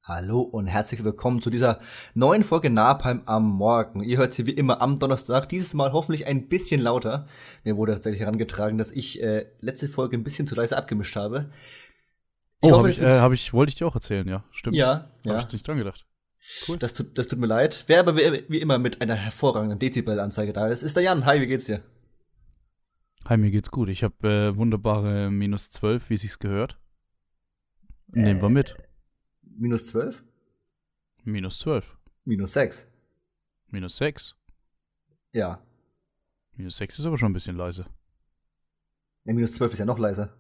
Hallo und herzlich willkommen zu dieser neuen Folge Napalm am Morgen. Ihr hört sie wie immer am Donnerstag, dieses Mal hoffentlich ein bisschen lauter. Mir wurde tatsächlich herangetragen, dass ich letzte Folge ein bisschen zu leise abgemischt habe. Wollte ich dir auch erzählen, ja, stimmt. Ja, Habe ja. ich nicht dran gedacht. Cool. Das tut mir leid. Wer aber wie immer mit einer hervorragenden Dezibel-Anzeige da ist der Jan. Hi, wie geht's dir? Hi, mir geht's gut. Ich habe wunderbare -12, wie sich's gehört. Nehmen wir mit. -12? -12. -6. -6. Ja. -6 ist aber schon ein bisschen leise. Ja, -12 ist ja noch leiser.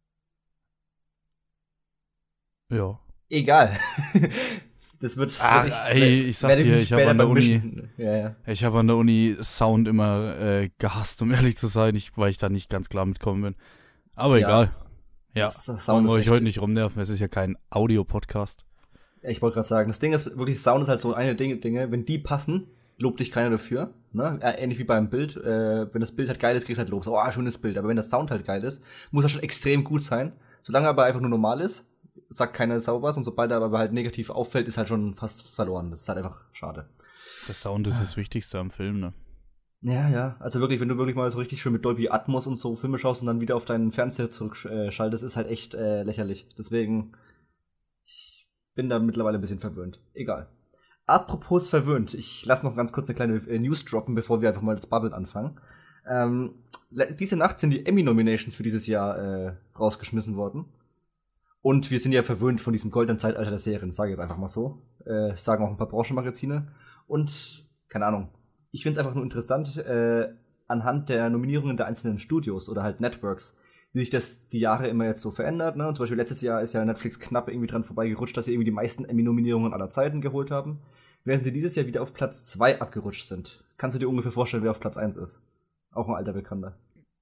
Ja. Egal. Das wird. Ich sag dir, ich habe an der Uni. Ja. Ich habe an der Uni Sound immer gehasst, um ehrlich zu sein, weil ich da nicht ganz klar mitkommen bin. Aber egal. Ja, wollen wir euch heute nicht rumnerven. Es ist ja kein Audio-Podcast. Ich wollte gerade sagen, das Ding ist wirklich, Sound ist halt so eine Dinge, wenn die passen, lobt dich keiner dafür. Ne? Ähnlich wie beim Bild. Wenn das Bild halt geil ist, kriegst du halt Lob. So, schönes Bild. Aber wenn der Sound halt geil ist, muss er schon extrem gut sein. Solange er aber einfach nur normal ist, sagt keiner sauber was. Und sobald er aber halt negativ auffällt, ist halt schon fast verloren. Das ist halt einfach schade. Der Sound ist das Wichtigste am Film, ne? Ja. Also wirklich, wenn du wirklich mal so richtig schön mit Dolby Atmos und so Filme schaust und dann wieder auf deinen Fernseher zurückschaltest, ist halt echt lächerlich. Deswegen, ich bin da mittlerweile ein bisschen verwöhnt. Egal. Apropos verwöhnt, ich lasse noch ganz kurz eine kleine News droppen, bevor wir einfach mal das Bubbeln anfangen. Diese Nacht sind die Emmy-Nominations für dieses Jahr rausgeschmissen worden. Und wir sind ja verwöhnt von diesem goldenen Zeitalter der Serien, sage ich jetzt einfach mal so. Sagen auch ein paar Branchenmagazine. Und, keine Ahnung, ich finde es einfach nur interessant, anhand der Nominierungen der einzelnen Studios oder halt Networks, wie sich das die Jahre immer jetzt so verändert. Ne? Zum Beispiel letztes Jahr ist ja Netflix knapp irgendwie dran vorbeigerutscht, dass sie irgendwie die meisten Emmy-Nominierungen aller Zeiten geholt haben. Während sie dieses Jahr wieder auf Platz 2 abgerutscht sind. Kannst du dir ungefähr vorstellen, wer auf Platz 1 ist? Auch ein alter Bekannter.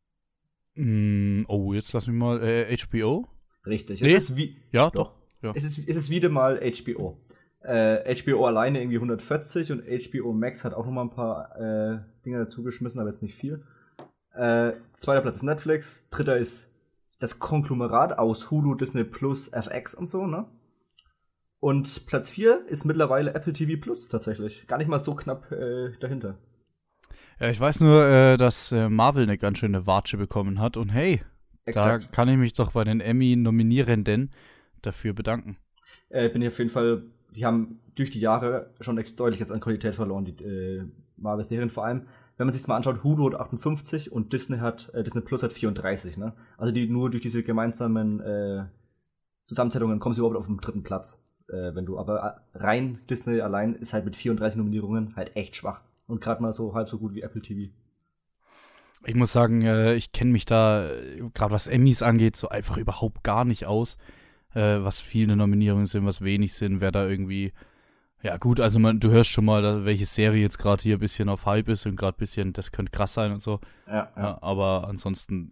Jetzt lass mich mal, HBO? Richtig. Nee. Es ist Doch. Ja. Es ist wieder mal HBO. HBO alleine irgendwie 140 und HBO Max hat auch noch mal ein paar Dinge dazugeschmissen, aber jetzt nicht viel. Zweiter Platz ist Netflix. Dritter ist das Konglomerat aus Hulu, Disney Plus, FX und so, ne? Und Platz 4 ist mittlerweile Apple TV Plus tatsächlich. Gar nicht mal so knapp dahinter. Ja, ich weiß nur, dass Marvel eine ganz schöne Watsche bekommen hat. Und hey, Exakt. Da kann ich mich doch bei den Emmy-Nominierenden dafür bedanken. Bin ich auf jeden Fall, die haben durch die Jahre schon deutlich jetzt an Qualität verloren, die Marvel-Serien. Vor allem, wenn man sich das mal anschaut, Hulu hat 58 und Disney Plus hat 34, ne? Also die nur durch diese gemeinsamen Zusammensetzungen kommen sie überhaupt auf den dritten Platz. Wenn du aber rein Disney allein ist halt mit 34 Nominierungen halt echt schwach. Und gerade mal so halb so gut wie Apple TV. Ich muss sagen, ich kenne mich da, gerade was Emmys angeht, so einfach überhaupt gar nicht aus. Was viele Nominierungen sind, was wenig sind, wer da irgendwie. Ja, gut, also du hörst schon mal, welche Serie jetzt gerade hier ein bisschen auf Hype ist und gerade ein bisschen, das könnte krass sein und so. Ja. Aber ansonsten,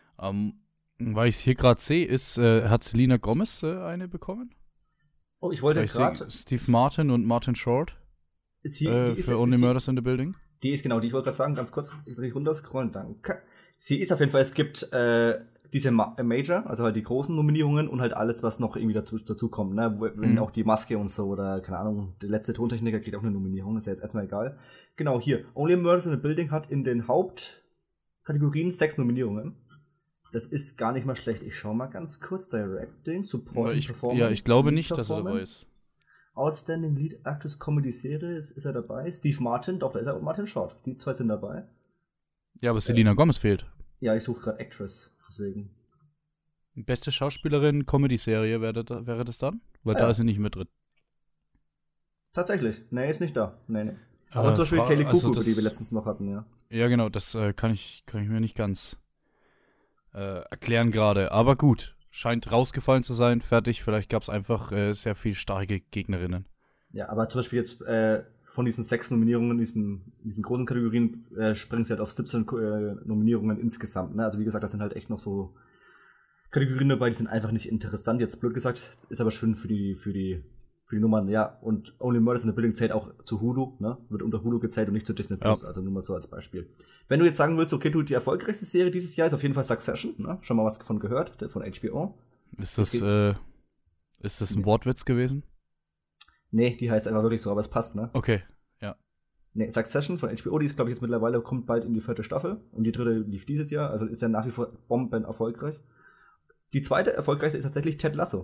weil ich es hier gerade sehe, hat Selena Gomez eine bekommen? Oh, ich wollte gerade. Steve Martin und Martin Short für Only Murders in the Building. Die ist genau, die ich wollte gerade sagen, ganz kurz runterscrollen, danke. Sie ist auf jeden Fall, es gibt diese Major, also halt die großen Nominierungen und halt alles, was noch irgendwie dazu kommt, ne? Wenn auch die Maske und so oder, keine Ahnung, der letzte Tontechniker kriegt auch eine Nominierung, ist ja jetzt erstmal egal. Genau, hier, Only Murders in the Building hat in den Hauptkategorien 6 Nominierungen. Das ist gar nicht mal schlecht. Ich schau mal ganz kurz. Directing, Supporting Performance. Ja, ich glaube nicht, dass er dabei ist. Outstanding Lead Actress Comedy Serie ist er dabei. Steve Martin, doch, da ist er, und Martin Short. Die zwei sind dabei. Ja, aber Selena Gomez fehlt. Ja, ich suche gerade Actress, deswegen. Beste Schauspielerin, Comedy-Serie wäre das dann? Weil da ist sie nicht mit drin. Tatsächlich. Nee, ist nicht da. Nee. Aber zum Beispiel Kelly Kuku, die wir letztens noch hatten, ja. Ja, genau, das kann ich mir nicht ganz erklären gerade. Aber gut, scheint rausgefallen zu sein, fertig. Vielleicht gab es einfach sehr viel starke Gegnerinnen. Ja, aber zum Beispiel jetzt von diesen 6 Nominierungen, diesen großen Kategorien, springen sie halt auf 17 Nominierungen insgesamt. Ne? Also wie gesagt, das sind halt echt noch so Kategorien dabei, die sind einfach nicht interessant, jetzt blöd gesagt, ist aber schön für die Nummern, ja. Und Only Murders in the Building zählt auch zu Hulu, ne? Wird unter Hulu gezählt und nicht zu Disney Plus, also nur mal so als Beispiel. Wenn du jetzt sagen willst, okay, die erfolgreichste Serie dieses Jahr ist auf jeden Fall Succession, ne? Schon mal was davon gehört, von HBO. Ist das ein Wortwitz gewesen? Nee, die heißt einfach wirklich so, aber es passt, ne? Okay. Nee, Succession von HBO, die ist, glaube ich, jetzt mittlerweile, kommt bald in die 4. Staffel. Und die 3. lief dieses Jahr, also ist ja nach wie vor bomben erfolgreich. Die 2. erfolgreichste ist tatsächlich Ted Lasso.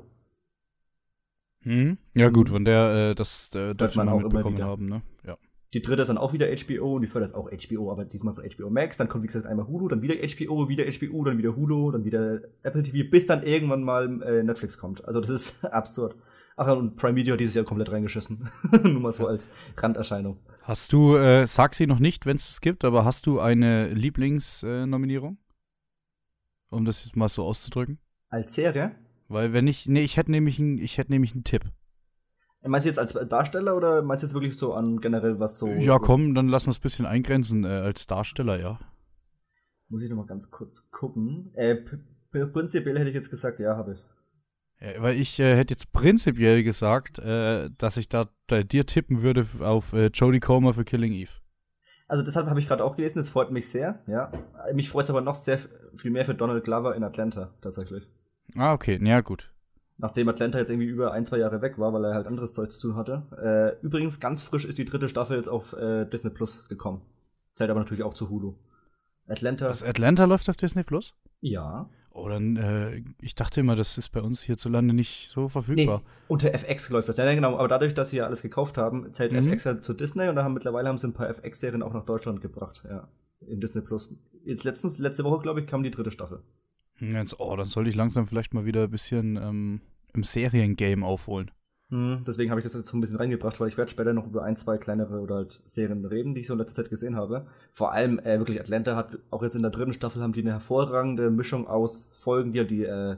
Ja gut, wenn das dürfen man wir auch immer mitbekommen wieder. haben, ne? Ja. Die 3. ist dann auch wieder HBO und die 4. ist auch HBO, aber diesmal von HBO Max. Dann kommt, wie gesagt, einmal Hulu, dann wieder HBO, dann wieder Hulu, dann wieder Apple TV, bis dann irgendwann mal Netflix kommt. Also das ist absurd. Ach, und Prime Video hat dieses Jahr komplett reingeschissen. Nur mal so als Randerscheinung. Hast du, sag sie noch nicht, wenn es es gibt, aber hast du eine Lieblingsnominierung? Um das jetzt mal so auszudrücken? Als Serie? Weil wenn ich hätte nämlich einen Tipp. Meinst du jetzt als Darsteller oder meinst du jetzt wirklich so an generell was so? Ja, komm, dann lass mal es ein bisschen eingrenzen als Darsteller, ja. Muss ich noch mal ganz kurz gucken. Prinzipiell hätte ich jetzt gesagt, ja, habe ich. Ja, weil ich hätte jetzt prinzipiell gesagt, dass ich da bei dir tippen würde auf Jodie Comer für Killing Eve. Also deshalb habe ich gerade auch gelesen, das freut mich sehr, ja. Mich freut es aber noch sehr viel mehr für Donald Glover in Atlanta, tatsächlich. Ah, okay, ja gut. Nachdem Atlanta jetzt irgendwie über 1-2 Jahre weg war, weil er halt anderes Zeug zu tun hatte. Übrigens, ganz frisch ist die 3. Staffel jetzt auf Disney Plus gekommen. Zählt aber natürlich auch zu Hulu. Atlanta läuft auf Disney Plus? Ja. Oh, dann, ich dachte immer, das ist bei uns hierzulande nicht so verfügbar. Nee, unter FX läuft das. Ja, genau. Aber dadurch, dass sie ja alles gekauft haben, zählt FX ja zu Disney und mittlerweile haben sie ein paar FX-Serien auch nach Deutschland gebracht. Ja, in Disney Plus. Jetzt letzte Woche, glaube ich, kam die 3. Staffel. Dann sollte ich langsam vielleicht mal wieder ein bisschen im Seriengame aufholen. Deswegen habe ich das jetzt so ein bisschen reingebracht, weil ich werde später noch über 1-2 kleinere oder halt Serien reden, die ich so in letzter Zeit gesehen habe. Vor allem wirklich Atlanta hat auch jetzt in der 3. Staffel haben die eine hervorragende Mischung aus Folgen, die die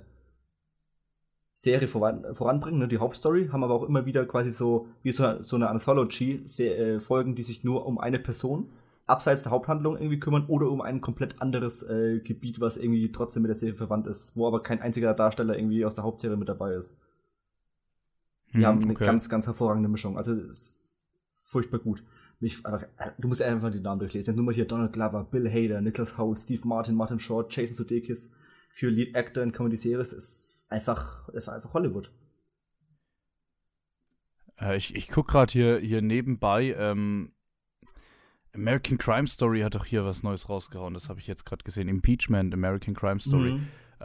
Serie voranbringen, ne, die Hauptstory, haben aber auch immer wieder quasi so wie so eine Anthology Folgen, die sich nur um eine Person abseits der Haupthandlung irgendwie kümmern oder um ein komplett anderes Gebiet, was irgendwie trotzdem mit der Serie verwandt ist, wo aber kein einziger Darsteller irgendwie aus der Hauptserie mit dabei ist. Die haben eine ganz, ganz hervorragende Mischung. Also es ist furchtbar gut. Du musst einfach die Namen durchlesen. Nur mal hier Donald Glover, Bill Hader, Nicholas Hoult, Steve Martin, Martin Short, Jason Sudeikis für Lead Actor in Comedy Series. Es ist einfach Hollywood. Ich gucke gerade hier nebenbei. American Crime Story hat doch hier was Neues rausgehauen. Das habe ich jetzt gerade gesehen. Impeachment, American Crime Story.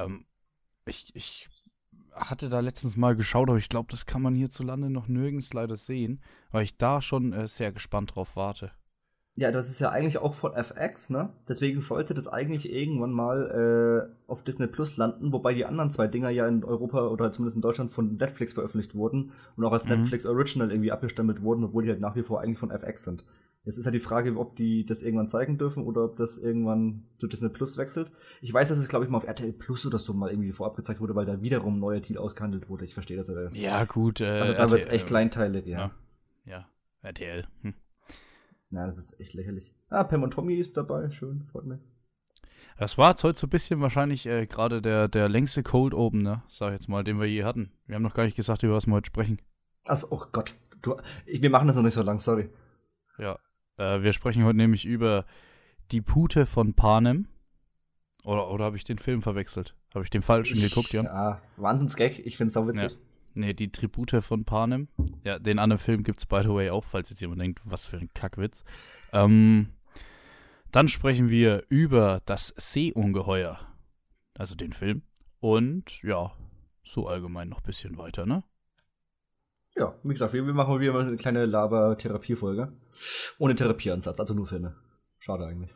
Ich hatte da letztens mal geschaut, aber ich glaube, das kann man hierzulande noch nirgends leider sehen, weil ich da schon sehr gespannt drauf warte. Ja, das ist ja eigentlich auch von FX, ne? Deswegen sollte das eigentlich irgendwann mal auf Disney Plus landen, wobei die anderen 2 Dinger ja in Europa oder zumindest in Deutschland von Netflix veröffentlicht wurden und auch als Netflix Original irgendwie abgestempelt wurden, obwohl die halt nach wie vor eigentlich von FX sind. Jetzt ist halt die Frage, ob die das irgendwann zeigen dürfen oder ob das irgendwann zu Disney Plus wechselt. Ich weiß, dass es, glaube ich, mal auf RTL Plus oder so mal irgendwie vorab gezeigt wurde, weil da wiederum ein neuer Deal ausgehandelt wurde. Ich verstehe das aber. Ja, gut. Also da wird es echt kleinteilig, ja. Ja, RTL. Na, das ist echt lächerlich. Pam und Tommy ist dabei, schön, freut mich. Das war jetzt heute so ein bisschen wahrscheinlich gerade der längste Cold Open, ne, sag ich jetzt mal, den wir je hatten. Wir haben noch gar nicht gesagt, über was wir heute sprechen. Achso, oh Gott. Wir machen das noch nicht so lang, sorry. Ja, wir sprechen heute nämlich über die Pute von Panem. Oder habe ich den Film verwechselt? Habe ich den falschen geguckt, Jan? Ja, Wahnsinnsgag, ich find's auch witzig. Ja. Nee, die Tribute von Panem. Ja, den anderen Film gibt's by the way auch, falls jetzt jemand denkt, was für ein Kackwitz. Dann sprechen wir über das Seeungeheuer. Also den Film. Und ja, so allgemein noch ein bisschen weiter, ne? Ja, wie gesagt, wir machen wieder mal eine kleine Laber-Therapie-Folge. Ohne Therapieansatz, also nur Filme. Schade eigentlich.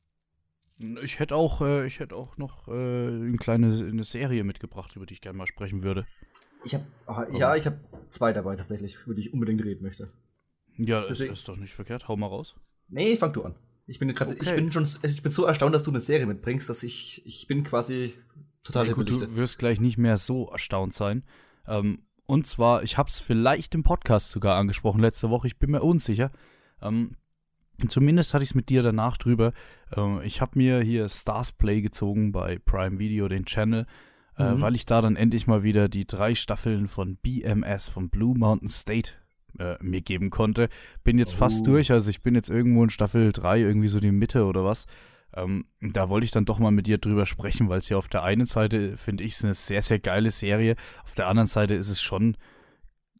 Ich hätte auch noch eine Serie mitgebracht, über die ich gerne mal sprechen würde. Ich habe 2 dabei tatsächlich, über die ich unbedingt reden möchte. Ja, das ist doch nicht verkehrt. Hau mal raus. Nee, fang du an. Ich bin so erstaunt, dass du eine Serie mitbringst, dass ich bin quasi total gut, du wirst gleich nicht mehr so erstaunt sein. Und zwar, ich habe es vielleicht im Podcast sogar angesprochen letzte Woche, ich bin mir unsicher. Zumindest hatte ich es mit dir danach drüber. Ich habe mir hier Stars Play gezogen bei Prime Video, den Channel, weil ich da dann endlich mal wieder die 3 Staffeln von BMS, von Blue Mountain State, mir geben konnte. Bin jetzt fast durch, also ich bin jetzt irgendwo in Staffel 3, irgendwie so die Mitte oder was. Da wollte ich dann doch mal mit dir drüber sprechen, weil es ja auf der einen Seite, finde ich, es eine sehr, sehr geile Serie. Auf der anderen Seite ist es schon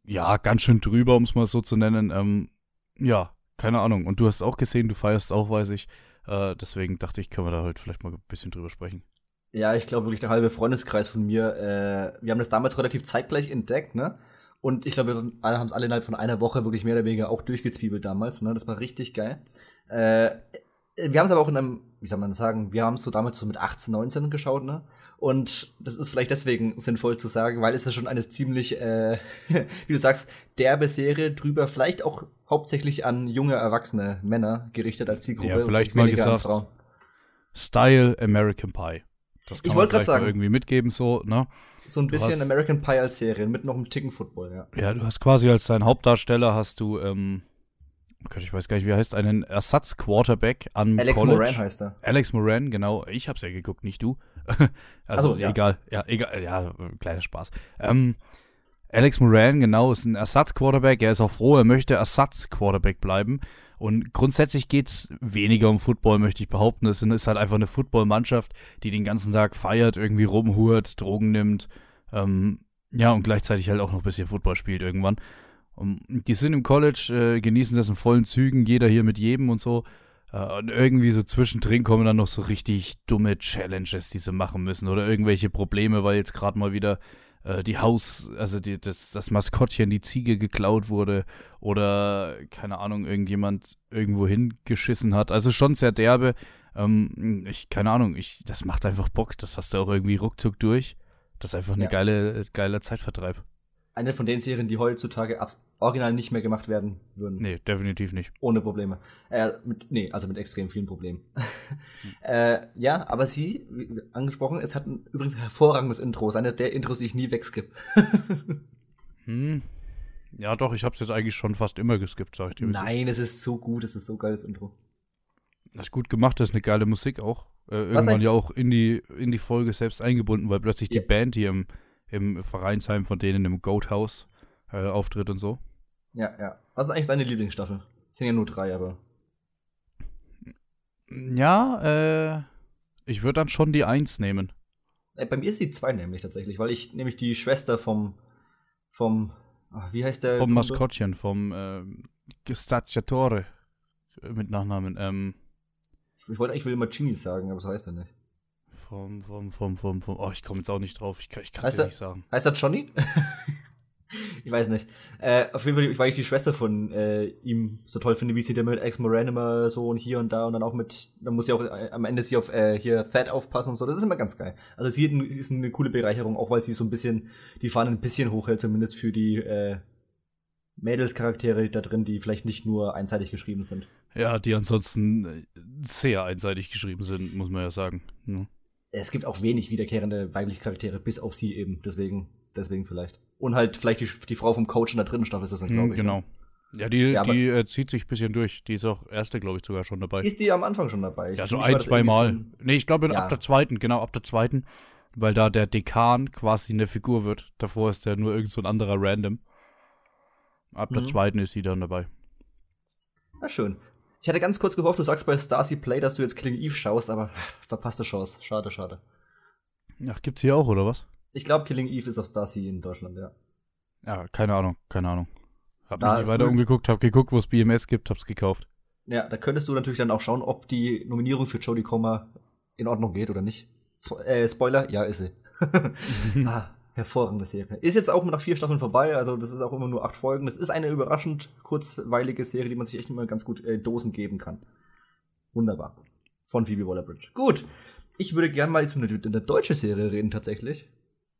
ja, ganz schön drüber, um es mal so zu nennen. Ja, keine Ahnung. Und du hast es auch gesehen, du feierst auch, weiß ich. Deswegen dachte ich, können wir da heute vielleicht mal ein bisschen drüber sprechen. Ja, ich glaube wirklich der halbe Freundeskreis von mir, wir haben das damals relativ zeitgleich entdeckt, ne? Und ich glaube, wir alle haben es alle innerhalb von einer Woche wirklich mehr oder weniger auch durchgezwiebelt damals, ne? Das war richtig geil. Äh, Wir haben es aber auch in einem, wie soll man sagen, wir haben es so damals so mit 18, 19 geschaut, ne? Und das ist vielleicht deswegen sinnvoll zu sagen, weil es ist schon eine ziemlich, wie du sagst, derbe Serie drüber, vielleicht auch hauptsächlich an junge, erwachsene Männer gerichtet als Zielgruppe. Ja, vielleicht und mal weniger an gesagt, Frauen. Style American Pie. Das kann Ich man wollte gerade vielleicht mal sagen, irgendwie mitgeben, so, ne? so ein Du bisschen hast, American Pie als Serie mit noch einem Ticken Football, ja. ja, du hast quasi als deinen Hauptdarsteller hast du, oh Gott, ich weiß gar nicht, wie er heißt, einen Ersatz-Quarterback am Alex College. Moran heißt er. Alex Moran, genau. Ich hab's ja geguckt, nicht du. Also, Also, ja. egal. Ja, egal. Ja, kleiner Spaß. Alex Moran, genau, ist ein Ersatz-Quarterback. Er ist auch froh, er möchte Ersatz-Quarterback bleiben. Und grundsätzlich geht's weniger um Football, möchte ich behaupten. Es ist halt einfach eine Football-Mannschaft, die den ganzen Tag feiert, irgendwie rumhurt, Drogen nimmt. Ja, und gleichzeitig halt auch noch ein bisschen Football spielt irgendwann. Und die sind im College, genießen das in vollen Zügen, jeder hier mit jedem und so. Und irgendwie so zwischendrin kommen dann noch so richtig dumme Challenges, die sie machen müssen. Oder irgendwelche Probleme, weil jetzt gerade mal wieder das Maskottchen, die Ziege geklaut wurde. Oder, keine Ahnung, irgendjemand irgendwo hingeschissen hat. Also schon sehr derbe. Keine Ahnung, das macht einfach Bock. Das hast du auch irgendwie ruckzuck durch. Das ist einfach eine geile Zeitvertreib. Eine von den Serien, die heutzutage original nicht mehr gemacht werden würden. Nee, definitiv nicht. Ohne Probleme. Also mit extrem vielen Problemen. Ja, aber sie, wie angesprochen, es hat übrigens ein hervorragendes Intro. Es ist eine der Intros, die ich nie wegskippe. Ja, doch, ich hab's jetzt eigentlich schon fast immer geskippt, sag ich dir. Nein, es ist so gut, es ist so geiles Intro. Das ist gut gemacht, das ist eine geile Musik auch. Irgendwann ja auch in die Folge selbst eingebunden, weil plötzlich die Band hier im Vereinsheim von denen im Goat House auftritt und so. Ja. Was ist eigentlich deine Lieblingsstaffel? Es sind ja nur 3, aber. Ja, ich würde dann schon die 1 nehmen. Bei mir ist die 2 nämlich tatsächlich, weil ich nämlich die Schwester vom wie heißt der? Vom Maskottchen, vom Gestacciatore mit Nachnamen. Ich wollte eigentlich immer Jimmy sagen, aber so heißt er nicht. Oh, ich komme jetzt auch nicht drauf. Ich kann es Heißt ja er- nicht sagen. Heißt das Johnny? Ich weiß nicht. Auf jeden Fall, weil ich die Schwester von ihm so toll finde, wie sie da mit Ex Moran immer so und hier und da und dann auch dann muss sie auch am Ende sie auf hier Thad aufpassen und so. Das ist immer ganz geil. Also sie ist eine coole Bereicherung, auch weil sie so ein bisschen die Fahnen ein bisschen hochhält, zumindest für die Mädelscharaktere da drin, die vielleicht nicht nur einseitig geschrieben sind. Ja, die ansonsten sehr einseitig geschrieben sind, muss man ja sagen. Ja. Es gibt auch wenig wiederkehrende weibliche Charaktere, bis auf sie eben. Deswegen vielleicht. Und halt vielleicht die Frau vom Coach in der 3. Staffel ist das dann, glaube ich. Genau. Ne? Ja, die zieht sich ein bisschen durch. Die ist auch erste, glaube ich, sogar schon dabei. Ist die am Anfang schon dabei? Ja, so Für mich war ein, das zwei irgendwie Mal. so Nee, ich glaube Ja. ab der zweiten, weil da der Dekan quasi eine Figur wird. Davor ist der nur irgend so ein anderer Random. Ab der zweiten ist sie dann dabei. Na schön. Ich hatte ganz kurz gehofft, du sagst bei Starcy Play, dass du jetzt Killing Eve schaust, aber verpasste Chance. Schade. Ach, gibt's hier auch, oder was? Ich glaube, Killing Eve ist auf Starcy in Deutschland, ja. Ja, keine Ahnung. Hab Da mich nicht weiter früh- umgeguckt, hab geguckt, wo es BMS gibt, hab's gekauft. Ja, da könntest du natürlich dann auch schauen, ob die Nominierung für Jodie Comer in Ordnung geht oder nicht. Spoiler, ja, ist sie. Hervorragende Serie. Ist jetzt auch nach 4 Staffeln vorbei, also das ist auch immer nur 8 Folgen. Das ist eine überraschend kurzweilige Serie, die man sich echt immer ganz gut Dosen geben kann. Wunderbar. Von Phoebe Waller-Bridge. Gut. Ich würde gerne mal über eine deutsche Serie reden, tatsächlich.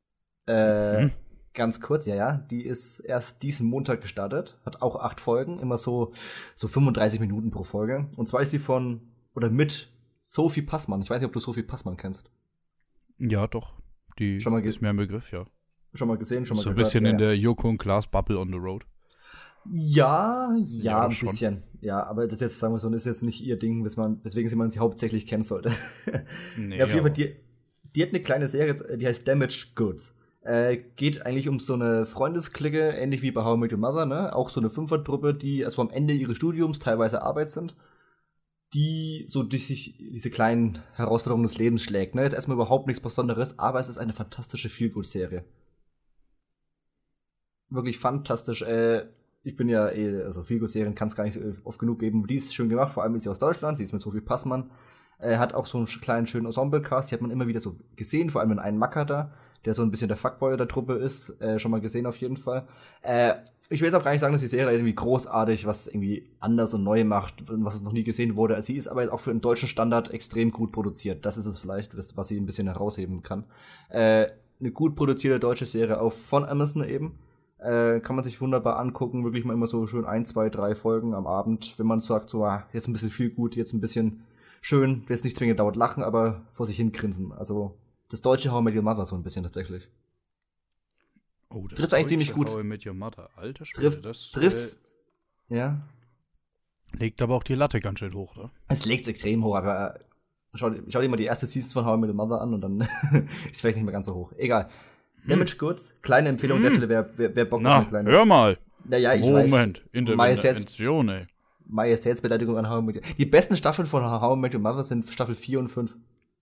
Ganz kurz, ja. Die ist erst diesen Montag gestartet. Hat auch 8 Folgen, immer so 35 Minuten pro Folge. Und zwar ist sie mit Sophie Passmann. Ich weiß nicht, ob du Sophie Passmann kennst. Ja, doch. Die Schon mal ist mir ein Begriff, ja. Schon mal gesehen, schon mal So ein gehört. bisschen ja. in der Joko und Klaas Bubble on the Road. Ja, ein schon. bisschen. Ja, aber das jetzt, sagen wir so, ist jetzt nicht ihr Ding, weswegen man sie hauptsächlich kennen sollte. Nee, Ja, auf jeden aber- Fall, die hat eine kleine Serie, die heißt Damaged Goods. Geht eigentlich um so eine Freundesklicke, ähnlich wie bei How I Met Your Mother, ne? Auch so eine Fünfertruppe, die also am Ende ihres Studiums teilweise Arbeit sind, die so durch sich diese kleinen Herausforderungen des Lebens schlägt. Ne? Jetzt erstmal überhaupt nichts Besonderes, aber es ist eine fantastische Feel-Good-Serie. Wirklich fantastisch. Ich bin ja also Figo-Serien kann es gar nicht oft genug geben. Die ist schön gemacht, vor allem ist sie aus Deutschland, sie ist mit Sophie Passmann. Hat auch so einen kleinen, schönen Ensemble-Cast, die hat man immer wieder so gesehen, vor allem in einen Macker da, der so ein bisschen der Fuckboy der Truppe ist, schon mal gesehen auf jeden Fall. Ich will jetzt auch gar nicht sagen, dass die Serie irgendwie großartig was irgendwie anders und neu macht, was es noch nie gesehen wurde. Also sie ist aber auch für den deutschen Standard extrem gut produziert. Das ist es vielleicht, was sie ein bisschen herausheben kann. Eine gut produzierte deutsche Serie von Amazon eben. Kann man sich wunderbar angucken, wirklich mal immer so schön 1, 2, 3 Folgen am Abend, wenn man sagt, so, jetzt ein bisschen viel gut, jetzt ein bisschen schön, jetzt nicht zwingend dauert lachen, aber vor sich hin grinsen. Also das deutsche How I Met Your Mother so ein bisschen tatsächlich. Oh, das trifft eigentlich ziemlich gut. How I Met Your Mother, alter Schwede, trifft's, ja. Legt aber auch die Latte ganz schön hoch, ne? Es legt extrem hoch, aber schau dir mal die erste Season von How I Met Your Mother an und dann ist vielleicht nicht mehr ganz so hoch. Egal. Damage Goods, kleine Empfehlung der Stelle, wer Bock auf eine kleine. Hör mal! Naja, ich Moment, weiß. Intervention, ey. Majestätsbeleidigung an How I Met Your Mother. Die besten Staffeln von How I Met Your Mother sind Staffel 4 und 5.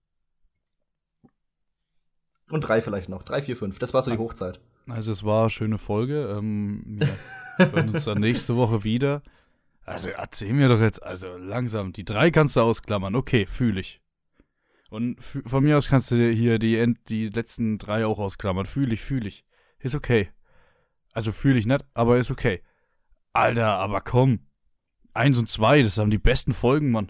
Und 3 vielleicht noch. 3, 4, 5. Das war so die Hochzeit. Also es war eine schöne Folge. Wir hören uns dann nächste Woche wieder. Also erzähl mir doch jetzt, also langsam, die 3 kannst du ausklammern. Okay, fühle ich. Und von mir aus kannst du dir hier die letzten 3 auch ausklammern. Fühle ich. Ist okay. Also fühle ich nicht, aber ist okay. Alter, aber komm. 1 und 2, das haben die besten Folgen, Mann.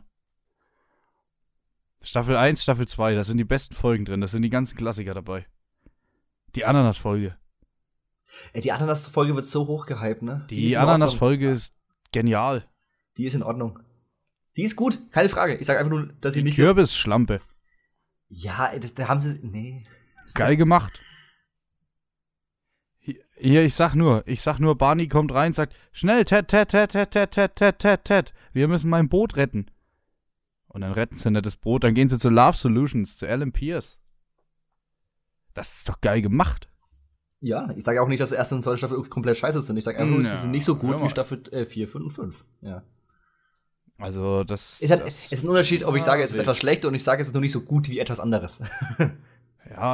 Staffel 1, Staffel 2, da sind die besten Folgen drin. Da sind die ganzen Klassiker dabei. Die Ananas-Folge. Die Ananas-Folge wird so hoch gehypt, ne? Die Ananas-Folge ist genial. Die ist in Ordnung. Die ist gut, keine Frage. Ich sag einfach nur, dass sie nicht Kürbisschlampe. Ja, da haben sie. Nee. Geil gemacht. Hier, ich sag nur, Barney kommt rein und sagt, schnell, Ted. Wir müssen mein Boot retten. Und dann retten sie nicht das Boot, dann gehen sie zu Love Solutions, zu Alan Pierce. Das ist doch geil gemacht. Ja, ich sage auch nicht, dass die erste und zweite Staffel komplett scheiße sind. Ich sage einfach nur, sie sind nicht so gut wie Staffel 4, 5 und 5. Ja. Also, das ist ein Unterschied, ob ich sage, es ist etwas schlecht und ich sage, es ist noch nicht so gut wie etwas anderes. Ja,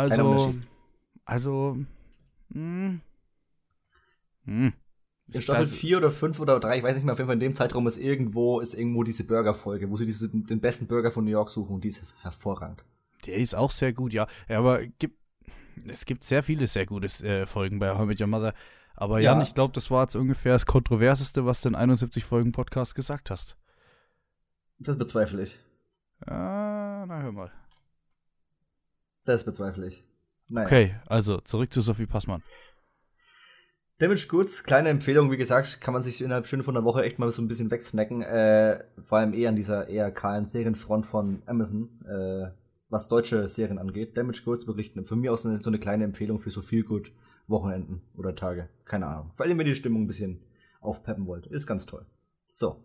In Staffel 4 oder 5 oder 3, ich weiß nicht mehr, auf jeden Fall in dem Zeitraum ist irgendwo diese Burger-Folge, wo sie den besten Burger von New York suchen und die ist hervorragend. Der ist auch sehr gut, ja. Aber es gibt sehr viele sehr gute Folgen bei How I Met Your Mother. Aber Jan, ich glaube, das war jetzt ungefähr das Kontroverseste, was du in 71 Folgen Podcast gesagt hast. Das bezweifle ich. Na, hör mal. Das bezweifle ich. Naja. Okay, also zurück zu Sophie Passmann. Damage Goods, kleine Empfehlung, wie gesagt, kann man sich innerhalb von einer Woche echt mal so ein bisschen wegsnacken. Vor allem an dieser eher kahlen Serienfront von Amazon, was deutsche Serien angeht. Damage Goods wirklich für mich auch so eine kleine Empfehlung für so viel gut Wochenenden oder Tage. Keine Ahnung. Vor allem, wenn ihr die Stimmung ein bisschen aufpeppen wollt. Ist ganz toll. So.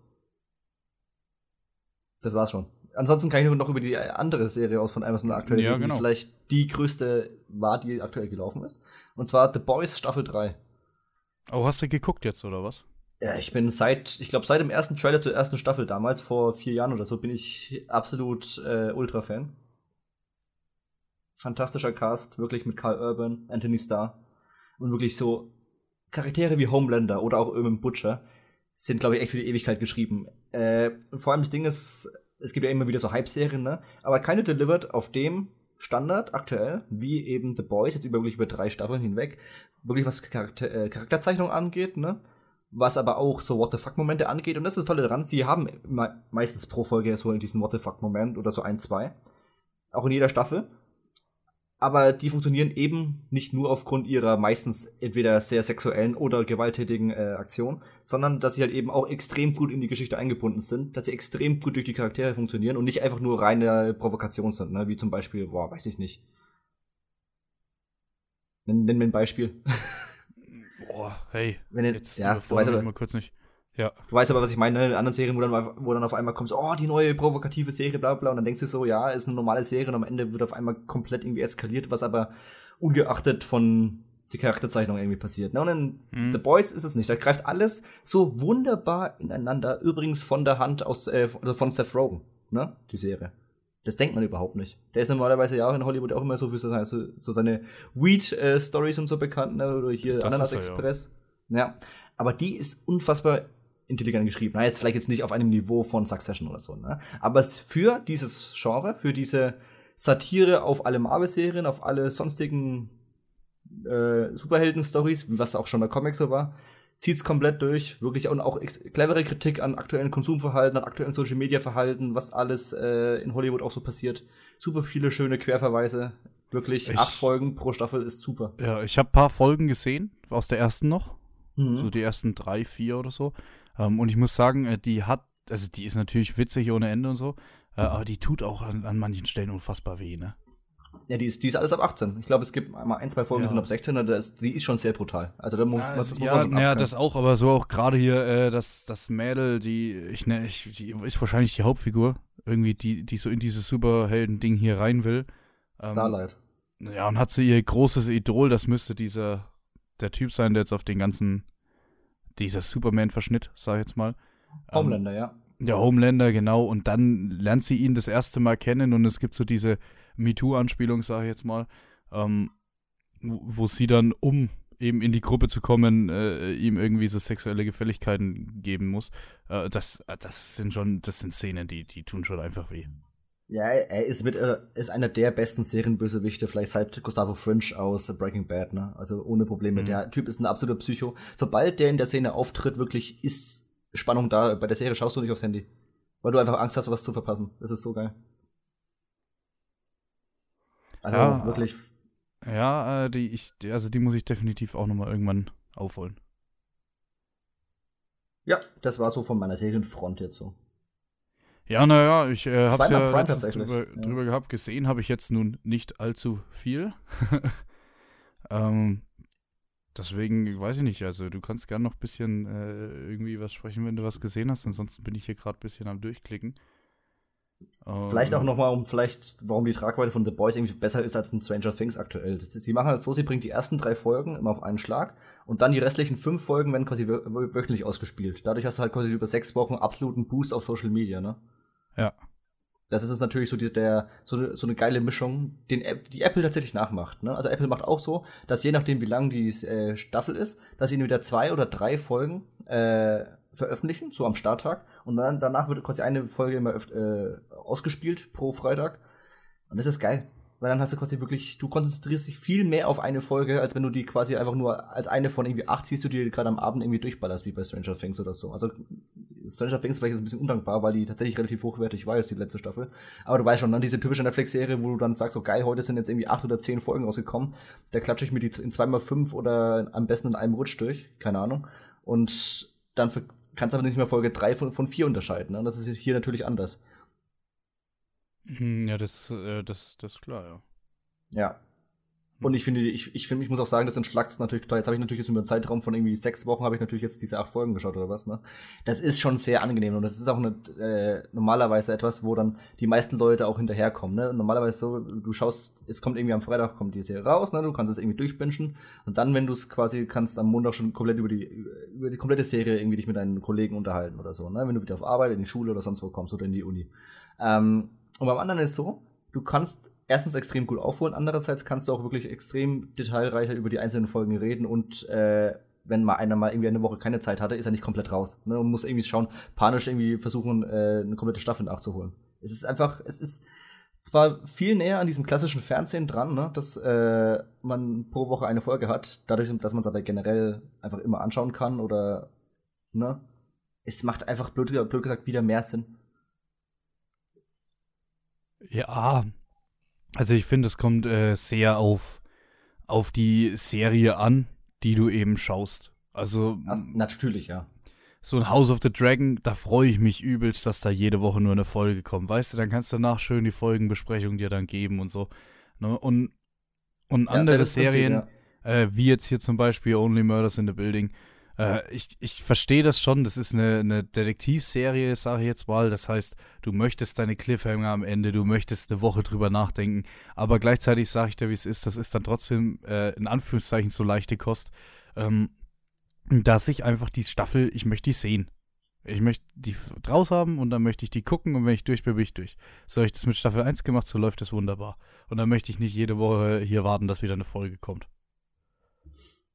Das war's schon. Ansonsten kann ich noch über die andere Serie aus von Amazon aktuell reden, die vielleicht die größte war, die aktuell gelaufen ist. Und zwar The Boys Staffel 3. Oh, hast du geguckt jetzt, oder was? Ja, ich bin seit dem ersten Trailer zur ersten Staffel damals, vor 4 Jahren oder so, bin ich absolut Ultra-Fan. Fantastischer Cast, wirklich mit Karl Urban, Anthony Starr. Und wirklich so Charaktere wie Homelander oder auch Erwin Butcher sind, glaube ich, echt für die Ewigkeit geschrieben. Vor allem das Ding ist, es gibt ja immer wieder so Hype-Serien, ne? Aber keine delivered auf dem Standard aktuell, wie eben The Boys, jetzt wirklich über 3 Staffeln hinweg, wirklich was Charakterzeichnung angeht, ne? Was aber auch so What-the-fuck-Momente angeht. Und das ist das Tolle daran, sie haben meistens pro Folge so diesen What-the-fuck-Moment oder so 1, 2. Auch in jeder Staffel. Aber die funktionieren eben nicht nur aufgrund ihrer meistens entweder sehr sexuellen oder gewalttätigen Aktionen, sondern dass sie halt eben auch extrem gut in die Geschichte eingebunden sind, dass sie extrem gut durch die Charaktere funktionieren und nicht einfach nur reine Provokation sind, ne? Wie zum Beispiel, weiß ich nicht. Nenn mir ein Beispiel. Hey, jetzt du weißt aber, mal kurz nicht. Ja. Du weißt aber, was ich meine, in anderen Serien, wo dann auf einmal kommt, so, die neue provokative Serie, bla bla, und dann denkst du so, ja, ist eine normale Serie und am Ende wird auf einmal komplett irgendwie eskaliert, was aber ungeachtet von der Charakterzeichnung irgendwie passiert. Ne? Und in The Boys ist es nicht. Da greift alles so wunderbar ineinander, übrigens von der Hand von Seth Rogen, ne, die Serie. Das denkt man überhaupt nicht. Der ist normalerweise ja auch in Hollywood auch immer so für so seine Weed-Stories und so bekannt, ne? Oder hier Ananas Express. Ja, aber die ist unfassbar intelligent geschrieben. Na, vielleicht jetzt nicht auf einem Niveau von Succession oder so, ne? Aber für dieses Genre, für diese Satire auf alle Marvel-Serien, auf alle sonstigen Superhelden-Stories, was auch schon bei Comics so war, zieht's komplett durch. Wirklich und auch clevere Kritik an aktuellen Konsumverhalten, an aktuellen Social-Media-Verhalten, was alles in Hollywood auch so passiert. Super viele schöne Querverweise. Wirklich 8 Folgen pro Staffel ist super. Ja, ich habe ein paar Folgen gesehen, aus der ersten noch. Mhm. So die ersten 3, 4 oder so. Und ich muss sagen, die ist natürlich witzig ohne Ende und so, aber die tut auch an manchen Stellen unfassbar weh, ne? Ja, die ist alles ab 18. Ich glaube, es gibt einmal 1, 2 Folgen, die sind ab 16, die ist schon sehr brutal. Also da muss man schon das auch, aber so auch gerade hier, das Mädel, die ist wahrscheinlich die Hauptfigur, irgendwie, die so in dieses Superhelden-Ding hier rein will. Starlight. Ja, und hat sie ihr großes Idol, das müsste der Typ sein, der jetzt auf den ganzen, dieser Superman-Verschnitt, sag ich jetzt mal. Homelander, ja. Ja, Homelander, genau. Und dann lernt sie ihn das erste Mal kennen und es gibt so diese MeToo-Anspielung, sage ich jetzt mal, wo sie dann, um eben in die Gruppe zu kommen, ihm irgendwie so sexuelle Gefälligkeiten geben muss. Das sind Szenen, die tun schon einfach weh. Ja, er ist einer der besten Serienbösewichte, vielleicht seit Gustavo Fringe aus Breaking Bad, ne? Also ohne Probleme. Der Typ ist ein absoluter Psycho. Sobald der in der Szene auftritt, wirklich ist Spannung da. Bei der Serie schaust du nicht aufs Handy. Weil du einfach Angst hast, was zu verpassen. Das ist so geil. Also ja, wirklich. Ja, die muss ich definitiv auch nochmal irgendwann aufholen. Ja, das war so von meiner Serienfront jetzt so. Ja, naja, ich hab's ja Prime letztens drüber gehabt. Gesehen habe ich jetzt nun nicht allzu viel. Deswegen weiß ich nicht, also du kannst gerne noch ein bisschen irgendwie was sprechen, wenn du was gesehen hast. Ansonsten bin ich hier gerade ein bisschen am Durchklicken. Vielleicht auch nochmal, warum die Tragweite von The Boys irgendwie besser ist als in Stranger Things aktuell. Sie machen halt so, sie bringen die ersten 3 Folgen immer auf einen Schlag und dann die restlichen 5 Folgen werden quasi wöchentlich ausgespielt. Dadurch hast du halt quasi über 6 Wochen absoluten Boost auf Social Media, ne? Ja. Das ist natürlich so eine geile Mischung, die Apple tatsächlich nachmacht, ne? Also Apple macht auch so, dass je nachdem, wie lang die Staffel ist, dass sie entweder 2 oder 3 Folgen veröffentlichen, so am Starttag. Und dann danach wird quasi eine Folge immer ausgespielt pro Freitag. Und das ist geil. Weil dann hast du quasi wirklich, du konzentrierst dich viel mehr auf eine Folge, als wenn du die quasi einfach nur als eine von irgendwie 8 siehst, du die gerade am Abend irgendwie durchballerst, wie bei Stranger Things oder so. Also Stranger Things vielleicht ist ein bisschen undankbar, weil die tatsächlich relativ hochwertig war jetzt die letzte Staffel. Aber du weißt schon, dann diese typische Netflix-Serie, wo du dann sagst, so geil, heute sind jetzt irgendwie 8 oder 10 Folgen rausgekommen. Da klatsche ich mir die in 2x5 oder am besten in einem Rutsch durch. Keine Ahnung. Und dann kannst du aber nicht mehr Folge 3 von 4 unterscheiden. Ne? Das ist hier natürlich anders. Ja, das ist klar, ja. Ja. Und ich finde, ich muss auch sagen, das entschlackt natürlich total. Jetzt habe ich natürlich jetzt über einen Zeitraum von irgendwie 6 Wochen habe ich natürlich jetzt diese 8 Folgen geschaut oder was, ne? Das ist schon sehr angenehm und das ist auch normalerweise etwas, wo dann die meisten Leute auch hinterherkommen, ne? Normalerweise so, du schaust, es kommt irgendwie am Freitag kommt die Serie raus, ne? Du kannst es irgendwie durchbingen und dann, wenn du es quasi kannst, am Montag schon komplett über die komplette Serie irgendwie dich mit deinen Kollegen unterhalten oder so, ne? Wenn du wieder auf Arbeit, in die Schule oder sonst wo kommst oder in die Uni. Und beim anderen ist so, du kannst erstens extrem gut aufholen, andererseits kannst du auch wirklich extrem detailreicher über die einzelnen Folgen reden und wenn mal einer mal irgendwie eine Woche keine Zeit hatte, ist er nicht komplett raus, ne, und muss irgendwie schauen, panisch irgendwie versuchen, eine komplette Staffel nachzuholen. Es ist zwar viel näher an diesem klassischen Fernsehen dran, ne, dass man pro Woche eine Folge hat, dadurch, dass man es aber generell einfach immer anschauen kann oder, ne, es macht einfach blöd gesagt wieder mehr Sinn. Ja, also ich finde, es kommt sehr auf die Serie an, die du eben schaust. Also natürlich, ja. So ein House of the Dragon, da freue ich mich übelst, dass da jede Woche nur eine Folge kommt. Weißt du, dann kannst du danach schön die Folgenbesprechung dir dann geben und so. Ne? Und andere Serien, wie jetzt hier zum Beispiel Only Murders in the Building, ich verstehe das schon, das ist eine Detektivserie, sage ich jetzt mal. Das heißt, du möchtest deine Cliffhanger am Ende, du möchtest eine Woche drüber nachdenken, aber gleichzeitig sage ich dir, wie es ist, das ist dann trotzdem in Anführungszeichen so leichte Kost, dass ich einfach die Staffel, ich möchte die sehen. Ich möchte die draus haben und dann möchte ich die gucken und wenn ich durch bin ich durch. So habe ich das mit Staffel 1 gemacht, so läuft das wunderbar. Und dann möchte ich nicht jede Woche hier warten, dass wieder eine Folge kommt.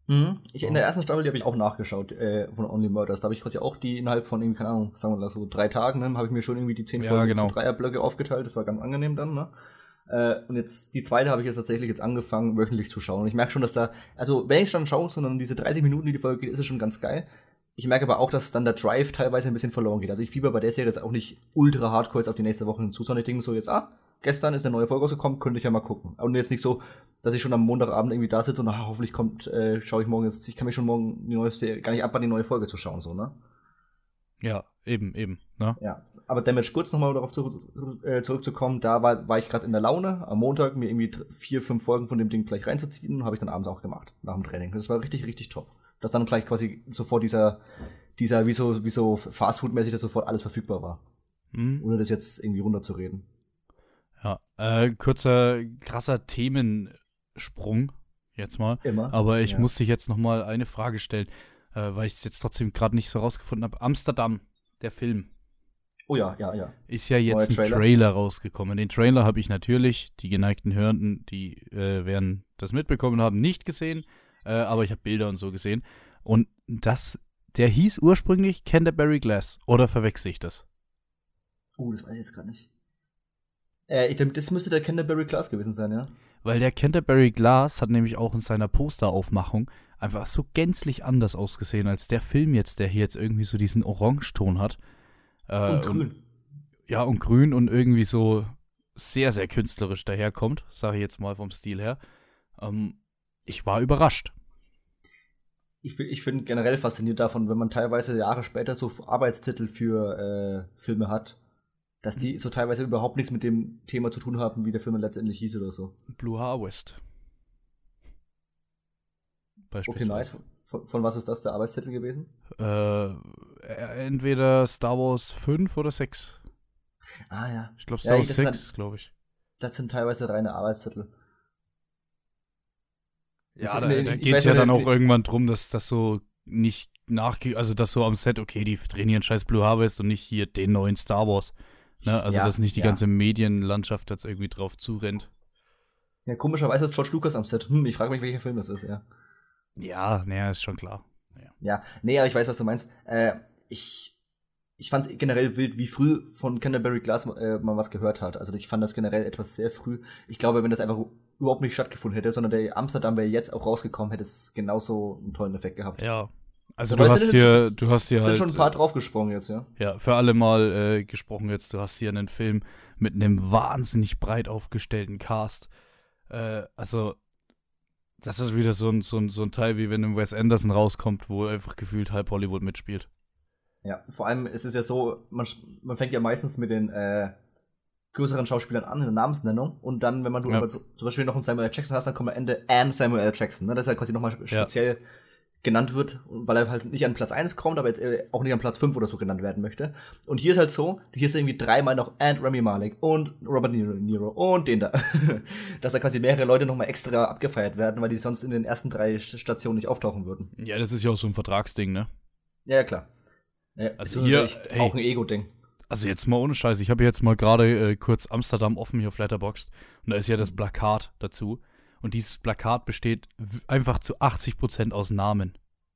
In der ersten Staffel, die habe ich auch nachgeschaut, von Only Murders. Da habe ich quasi auch die innerhalb von irgendwie, keine Ahnung, sagen wir mal so 3 Tagen, ne, habe ich mir schon irgendwie die 10 Folgen zu Dreierblöcke aufgeteilt. Das war ganz angenehm dann, ne? Und jetzt, die zweite habe ich jetzt tatsächlich jetzt angefangen, wöchentlich zu schauen. Und ich merke schon, dass da, also wenn ich dann schaue, sondern diese 30 Minuten, die Folge geht, ist es schon ganz geil. Ich merke aber auch, dass dann der Drive teilweise ein bisschen verloren geht. Also ich fieber bei der Serie jetzt auch nicht ultra hardcore jetzt auf die nächste Woche hinzu, sondern ich denke so jetzt, gestern ist eine neue Folge rausgekommen, könnte ich ja mal gucken. Und jetzt nicht so, dass ich schon am Montagabend irgendwie da sitze und hoffentlich schaue ich morgen jetzt, ich kann mich schon morgen die neue Serie, gar nicht ab, an die neue Folge zu schauen, so, ne? Ja, eben, ne? Ja, aber Damage Goods, nochmal darauf zurückzukommen, da war ich gerade in der Laune, am Montag mir irgendwie 4, 5 Folgen von dem Ding gleich reinzuziehen, habe ich dann abends auch gemacht, nach dem Training. Das war richtig, richtig top. Dass dann gleich quasi sofort dieser wie so Fastfood-mäßig, dass sofort alles verfügbar war. Ohne das jetzt irgendwie runterzureden. Ja, kurzer, krasser Themensprung jetzt mal. Immer. Aber ich muss dich jetzt noch mal eine Frage stellen, weil ich es jetzt trotzdem gerade nicht so rausgefunden habe. Amsterdam, der Film. Oh ja. Ist ja jetzt ein Trailer rausgekommen. Den Trailer habe ich natürlich, die geneigten Hörenden, die werden das mitbekommen haben, nicht gesehen. Aber ich habe Bilder und so gesehen. Und der hieß ursprünglich Canterbury Glass. Oder verwechsel ich das? Das weiß ich jetzt gerade nicht. Ich denke, das müsste der Canterbury Glass gewesen sein, ja. Weil der Canterbury Glass hat nämlich auch in seiner Posteraufmachung einfach so gänzlich anders ausgesehen als der Film jetzt, der hier jetzt irgendwie so diesen Orangeton hat. Und grün. Und grün und irgendwie so sehr, sehr künstlerisch daherkommt, sage ich jetzt mal vom Stil her. Ich war überrascht. Ich finde generell fasziniert davon, wenn man teilweise Jahre später so Arbeitstitel für Filme hat, dass die so teilweise überhaupt nichts mit dem Thema zu tun haben, wie der Film letztendlich hieß oder so. Blue Harvest. Okay, nice. Von was ist das der Arbeitstitel gewesen? Entweder Star Wars 5 oder 6. Ja. Ich glaube Star Wars 6, glaube ich. Das sind teilweise reine Arbeitstitel. Ja, da geht es ja dann auch irgendwann drum, dass das so nicht also dass so am Set, okay, die trainieren scheiß Blue Harvest und nicht hier den neuen Star Wars. Ne? Also dass nicht die ganze Medienlandschaft jetzt irgendwie drauf zurennt. Ja, komischerweise ist George Lucas am Set. Ich frage mich, welcher Film das ist, ja. Ja, ist schon klar. Ja, aber ich weiß, was du meinst. Ich fand es generell wild, wie früh von Canterbury Glass man was gehört hat. Also ich fand das generell etwas sehr früh. Ich glaube, wenn das einfach überhaupt nicht stattgefunden hätte, sondern der Amsterdam wäre jetzt auch rausgekommen, hätte es genauso einen tollen Effekt gehabt. Ja. Also du hast hier halt schon ein paar draufgesprungen jetzt, ja. Ja, für alle mal gesprochen jetzt. Du hast hier einen Film mit einem wahnsinnig breit aufgestellten Cast. Also das ist wieder so ein Teil, wie wenn ein Wes Anderson rauskommt, wo einfach gefühlt halb Hollywood mitspielt. Ja, vor allem ist es ja so, man fängt ja meistens mit den größeren Schauspielern an in der Namensnennung und dann, wenn man zum Beispiel noch einen Samuel L. Jackson hast, dann kommt am Ende Samuel L. Jackson, ne? Das ist ja quasi nochmal speziell genannt wird, weil er halt nicht an Platz 1 kommt, aber jetzt auch nicht an Platz 5 oder so genannt werden möchte. Und hier ist halt so, hier ist irgendwie 3-mal noch Rami Malek und Robert De Niro und den da. Dass da quasi mehrere Leute nochmal extra abgefeiert werden, weil die sonst in den ersten 3 Stationen nicht auftauchen würden. Ja, das ist ja auch so ein Vertragsding, ne? Ja, klar. Ja, also hier auch ein Ego-Ding. Also jetzt mal ohne Scheiß, ich habe jetzt mal gerade kurz Amsterdam offen hier auf Letterboxd und da ist ja das Plakat dazu. Und dieses Plakat besteht einfach zu 80% aus Namen.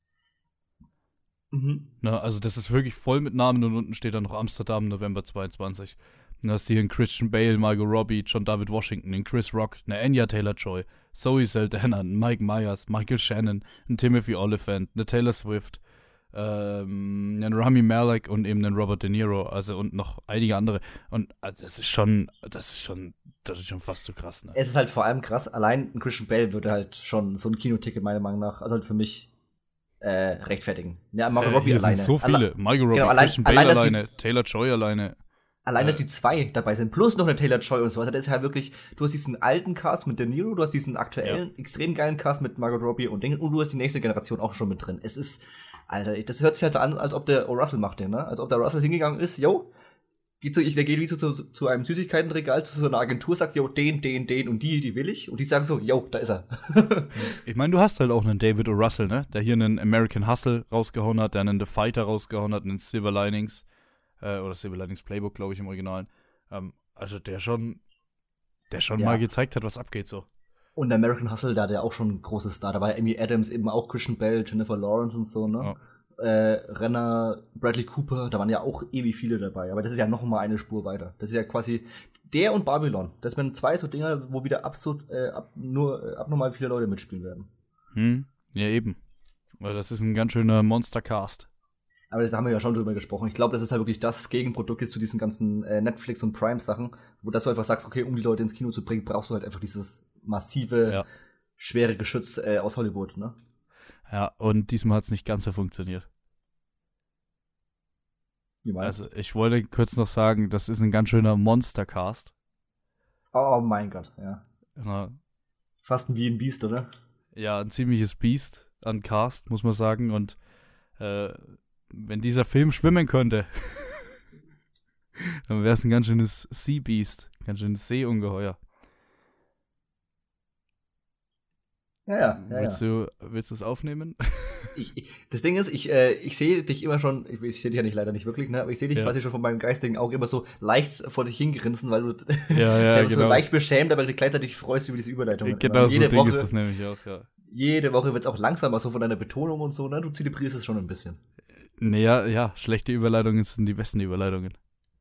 Ne, also das ist wirklich voll mit Namen und unten steht dann noch Amsterdam, November 22. Und da hast du hier einen Christian Bale, Margot Robbie, John David Washington, einen Chris Rock, eine Anya Taylor-Joy, Zoe Saldana, einen Mike Myers, Michael Shannon, einen Timothy Olyphant, eine Taylor Swift, einen Rami Malek und eben einen Robert De Niro, also und noch einige andere. Und also das ist schon fast so krass, ne? Es ist halt vor allem krass, allein ein Christian Bale würde halt schon so ein Kinoticket meiner Meinung nach, also halt für mich rechtfertigen. Ja, Margot Robbie alleine. Sind so viele. Margot Robbie, genau, Christian Bale alleine, Taylor Joy alleine. Allein, dass die 2 dabei sind, plus noch eine Taylor Joy und so. Also das ist halt wirklich, du hast diesen alten Cast mit De Niro, du hast diesen aktuellen, extrem geilen Cast mit Margot Robbie und du hast die nächste Generation auch schon mit drin. Es ist, Alter, das hört sich halt an, als ob der Russell macht den, ne? Als ob der Russell hingegangen ist, der geht wie so zu einem Süßigkeitenregal, zu so einer Agentur, sagt, den und die will ich. Und die sagen so, da ist er. Ich meine, du hast halt auch einen David O. Russell, ne? Der hier einen American Hustle rausgehauen hat, der einen The Fighter rausgehauen hat, einen Silver Linings, oder Silver Linings Playbook, glaube ich, im Original. Also der schon mal gezeigt hat, was abgeht so. Und American Hustle, da hat er auch schon ein großes Star. Da war Amy Adams, eben auch Christian Bale, Jennifer Lawrence und so, ne? Ja. Renner, Bradley Cooper, da waren ja auch ewig viele dabei. Aber das ist ja noch mal eine Spur weiter. Das ist ja quasi der und Babylon. Das wären 2 so Dinger, wo wieder absolut abnormal viele Leute mitspielen werden. Ja, eben. Weil das ist ein ganz schöner Monster-Cast. Aber da haben wir ja schon drüber gesprochen. Ich glaube, das ist halt wirklich das Gegenprodukt jetzt zu diesen ganzen Netflix- und Prime-Sachen, wo du einfach sagst, okay, um die Leute ins Kino zu bringen, brauchst du halt einfach dieses massive, schwere Geschütz aus Hollywood, ne? Ja, und diesmal hat es nicht ganz so funktioniert. Wie meinst du? Also, ich wollte kurz noch sagen, das ist ein ganz schöner Monster-Cast. Oh mein Gott, ja. Ja. Fast wie ein Biest, oder? Ja, ein ziemliches Biest an Cast, muss man sagen. Und wenn dieser Film schwimmen könnte, dann wäre es ein ganz schönes Sea Beast, ganz schönes Seeungeheuer. Ja. Willst du es aufnehmen? Das Ding ist, ich sehe dich immer schon, ich sehe dich ja nicht leider nicht wirklich, ne, aber ich sehe dich quasi schon von meinem geistigen Auge immer so leicht vor dich hingrinsen, weil du selber so leicht beschämt, aber gleichzeitig freust über diese Überleitung. Genau, so Ding ist das nämlich auch, ja. Jede Woche wird es auch langsamer, so von deiner Betonung und so, ne, du zelebrierst es schon ein bisschen. Naja, ja, schlechte Überleitungen sind die besten Überleitungen.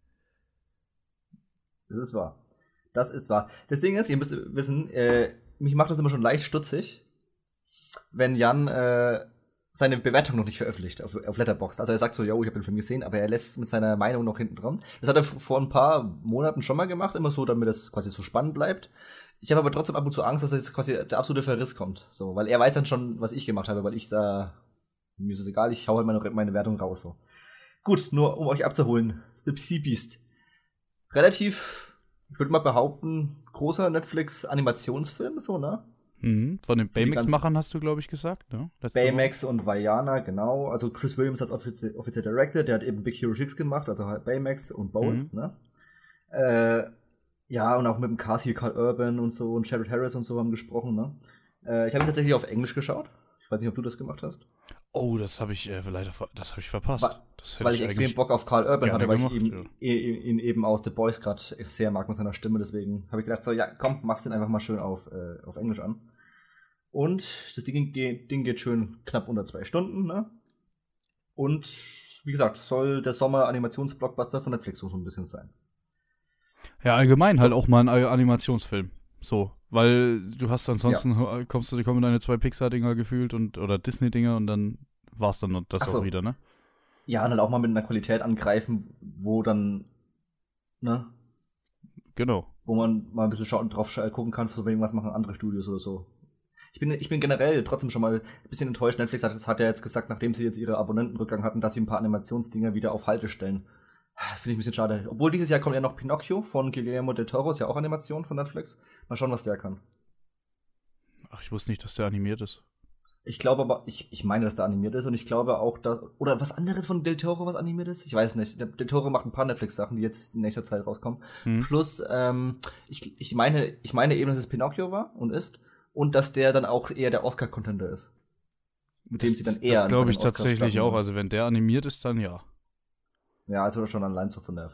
Das ist wahr. Das Ding ist, ihr müsst wissen, mich macht das immer schon leicht stutzig, wenn Jan seine Bewertung noch nicht veröffentlicht auf Letterboxd. Also er sagt so, yo, ich habe den Film gesehen, aber er lässt mit seiner Meinung noch hinten dran. Das hat er vor ein paar Monaten schon mal gemacht, immer so, damit das quasi so spannend bleibt. Ich habe aber trotzdem ab und zu Angst, dass jetzt quasi der absolute Verriss kommt. So, weil er weiß dann schon, was ich gemacht habe, weil ich da, mir ist es egal, ich hau halt meine Wertung raus. So. Gut, nur um euch abzuholen, The Sea Beast. Relativ, ich würde mal behaupten, großer Netflix-Animationsfilm, so, ne? Von den Baymax-Machern hast du, glaube ich, gesagt, ne? Baymax und Vaiana, genau. Also Chris Williams als offiziell Director, der hat eben Big Hero 6 gemacht, also halt Baymax und Bowl, ne? Ja, und auch mit dem Cast hier Carl Urban und so und Jared Harris und so haben gesprochen, ne? Ich habe ihn tatsächlich auf Englisch geschaut. Ich weiß nicht, ob du das gemacht hast. Oh, das habe ich leider verpasst. Weil ich extrem Bock auf Carl Urban hatte, weil gemacht, ich ihn eben aus The Boys gerade sehr mag mit seiner Stimme. Deswegen habe ich gedacht, so, ja, komm, mach's den einfach mal schön auf Englisch an. Und das Ding geht schön knapp unter 2 Stunden, ne? Und wie gesagt, soll der Sommer-Animationsblockbuster von Netflix so ein bisschen sein. Ja, allgemein halt auch mal ein Animationsfilm. So, weil du hast ansonsten, kommen deine 2 Pixar-Dinger gefühlt oder Disney-Dinger und dann war's dann das auch wieder, ne? Ja, und halt auch mal mit einer Qualität angreifen, wo dann, ne? Genau. Wo man mal ein bisschen drauf gucken kann, so irgendwas machen andere Studios oder so. Ich bin generell trotzdem schon mal ein bisschen enttäuscht. Netflix hat ja jetzt gesagt, nachdem sie jetzt ihre Abonnentenrückgang hatten, dass sie ein paar Animationsdinger wieder auf Halte stellen. Finde ich ein bisschen schade. Obwohl dieses Jahr kommt ja noch Pinocchio von Guillermo del Toro, ist ja auch Animation von Netflix. Mal schauen, was der kann. Ach, ich wusste nicht, dass der animiert ist. Ich glaube aber, ich meine, dass der animiert ist und ich glaube auch, dass, oder was anderes von Del Toro, was animiert ist? Ich weiß nicht. Del Toro macht ein paar Netflix-Sachen, die jetzt in nächster Zeit rauskommen. Plus, ich meine eben, dass es Pinocchio war und ist und dass der dann auch eher der Oscar-Contender ist. Mit dem sie dann eher. Das glaube ich tatsächlich auch. Also wenn der animiert ist, dann ja. Ja, also schon allein so von der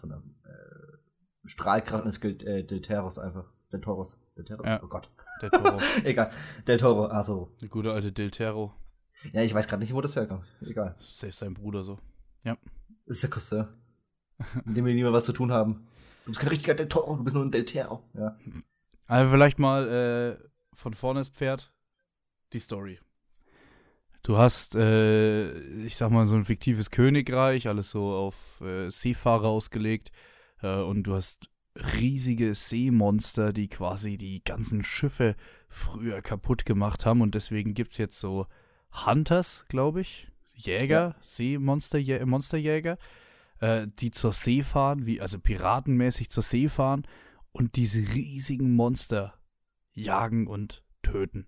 Strahlkraft des Del Toros einfach. Del Toros. Ja. Oh Gott. Del Toro. Egal. Del Toro, also. Der gute alte Del Toro. Ja, ich weiß gerade nicht, wo das herkommt. Egal. Das ist sein Bruder so. Ja. Das ist der Cousin. Mit dem wir nie mehr was zu tun haben. Du bist kein richtiger Del Toro, du bist nur ein Del Toro. Ja. Also vielleicht mal von vorne das Pferd. Die Story. Du hast, ich sag mal, so ein fiktives Königreich, alles so auf Seefahrer ausgelegt. Und du hast riesige Seemonster, die quasi die ganzen Schiffe früher kaputt gemacht haben. Und deswegen gibt es jetzt so Hunters, glaube ich, Jäger, ja. Monsterjäger, die zur See fahren, also piratenmäßig zur See fahren und diese riesigen Monster jagen und töten.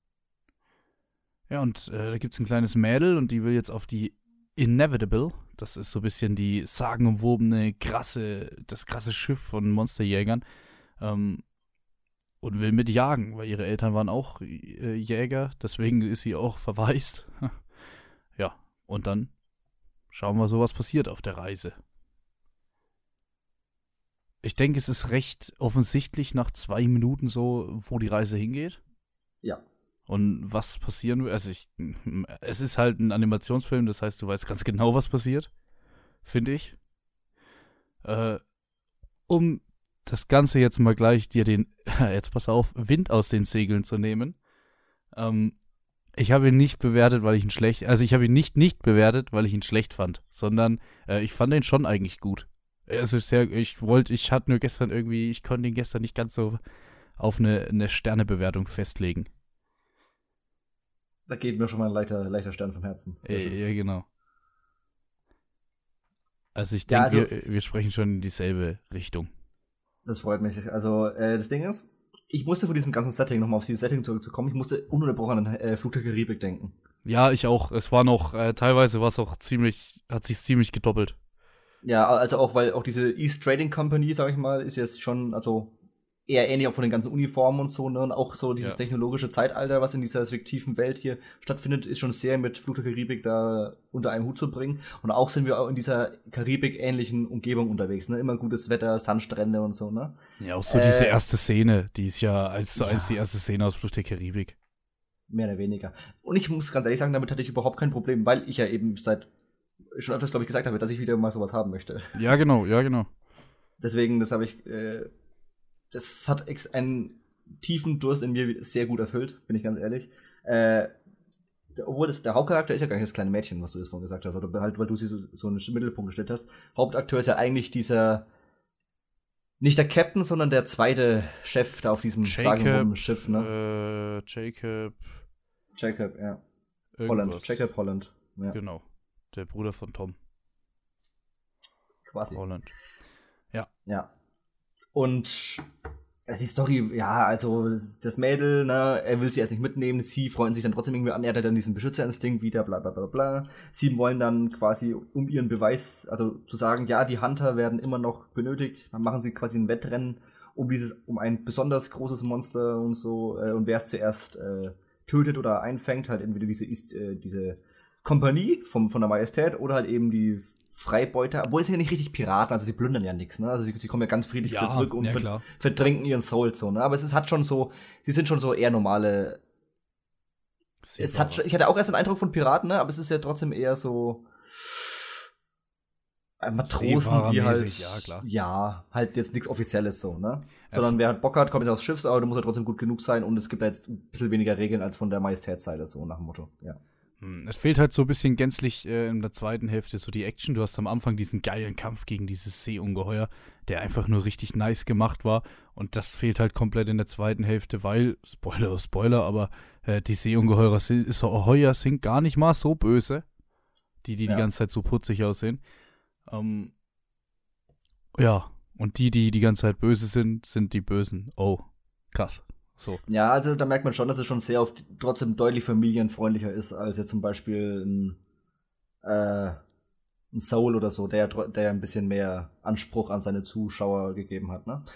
Ja, und da gibt es ein kleines Mädel und die will jetzt auf die Inevitable, das ist so ein bisschen die sagenumwobene, das krasse Schiff von Monsterjägern, und will mit jagen, weil ihre Eltern waren auch Jäger, deswegen ist sie auch verwaist. Ja, und dann schauen wir so, was passiert auf der Reise. Ich denke, es ist recht offensichtlich nach 2 Minuten so, wo die Reise hingeht. Ja. Und was passieren wird, also es ist halt ein Animationsfilm, das heißt, du weißt ganz genau, was passiert, finde ich. Um das Ganze jetzt mal gleich dir jetzt pass auf, Wind aus den Segeln zu nehmen. Ich habe ihn nicht bewertet, weil ich ihn schlecht, also ich habe ihn nicht bewertet, weil ich ihn schlecht fand, sondern ich fand ihn schon eigentlich gut. Also ich hatte nur gestern irgendwie, ich konnte ihn gestern nicht ganz so auf eine Sternebewertung festlegen. Da geht mir schon mal ein leichter Stern vom Herzen. Ja, genau. Also ich denke, wir sprechen schon in dieselbe Richtung. Das freut mich. Also das Ding ist, ich musste von diesem ganzen Setting, nochmal auf dieses Setting zurückzukommen, ich musste ununterbrochen an Flug der Karibik denken. Ja, ich auch. Es war noch, teilweise war es auch hat sich ziemlich gedoppelt. Ja, also auch, weil auch diese East Trading Company, sag ich mal, ist jetzt schon, also eher ähnlich auch von den ganzen Uniformen und so, ne? Und auch so dieses technologische Zeitalter, was in dieser fiktiven Welt hier stattfindet, ist schon sehr mit Flug der Karibik da unter einen Hut zu bringen. Und auch sind wir auch in dieser Karibik-ähnlichen Umgebung unterwegs, ne? Immer gutes Wetter, Sandstrände und so, ne? Ja, auch so diese erste Szene, die ist ja eins zu eins die erste Szene aus Flug der Karibik. Mehr oder weniger. Und ich muss ganz ehrlich sagen, damit hatte ich überhaupt kein Problem, weil ich ja eben schon öfters, glaube ich, gesagt habe, dass ich wieder mal sowas haben möchte. Ja, genau. Deswegen, das hat einen tiefen Durst in mir sehr gut erfüllt, bin ich ganz ehrlich. Obwohl der Hauptcharakter ist ja gar nicht das kleine Mädchen, was du jetzt vorhin gesagt hast, oder halt, weil du sie so einen Mittelpunkt gestellt hast. Hauptakteur ist ja eigentlich nicht der Captain, sondern der zweite Chef da auf diesem sagenumwobenen Schiff, ne? Jacob, ja. irgendwas. Holland. Jacob Holland. Ja. Genau. Der Bruder von Tom. Quasi. Holland. Ja. Und die Story, ja, also das Mädel, ne, er will sie erst nicht mitnehmen, sie freuen sich dann trotzdem irgendwie an, er hat dann diesen Beschützerinstinkt wieder, bla bla bla bla. Sie wollen dann quasi, um ihren Beweis, also zu sagen, ja, die Hunter werden immer noch benötigt, dann machen sie quasi ein Wettrennen um ein besonders großes Monster und so, und wer es zuerst tötet oder einfängt, halt entweder diese Kompanie von der Majestät oder halt eben die Freibeuter, obwohl es sind ja nicht richtig Piraten, also sie plündern ja nichts, ne? Also sie kommen ja ganz friedlich wieder zurück und verdrängen ihren Soul so, ne? Aber sie sind schon so eher normale. Ich hatte auch erst den Eindruck von Piraten, ne? Aber es ist ja trotzdem eher so Matrosen, die halt halt jetzt nichts Offizielles so, ne? Sondern wer halt Bock hat, kommt aufs Schiff, aber du musst halt trotzdem gut genug sein und es gibt da jetzt ein bisschen weniger Regeln als von der Majestätsseite, so nach dem Motto, ja. Es fehlt halt so ein bisschen gänzlich in der zweiten Hälfte so die Action. Du hast am Anfang diesen geilen Kampf gegen dieses Seeungeheuer, der einfach nur richtig nice gemacht war. Und das fehlt halt komplett in der zweiten Hälfte, weil, Spoiler, aber die Seeungeheuer sind gar nicht mal so böse. Die ganze Zeit so putzig aussehen. Ja, und die ganze Zeit böse sind die Bösen. Oh, krass. So. Ja, also da merkt man schon, dass es schon sehr trotzdem deutlich familienfreundlicher ist, als jetzt zum Beispiel ein Soul oder so, der ein bisschen mehr Anspruch an seine Zuschauer gegeben hat, ne?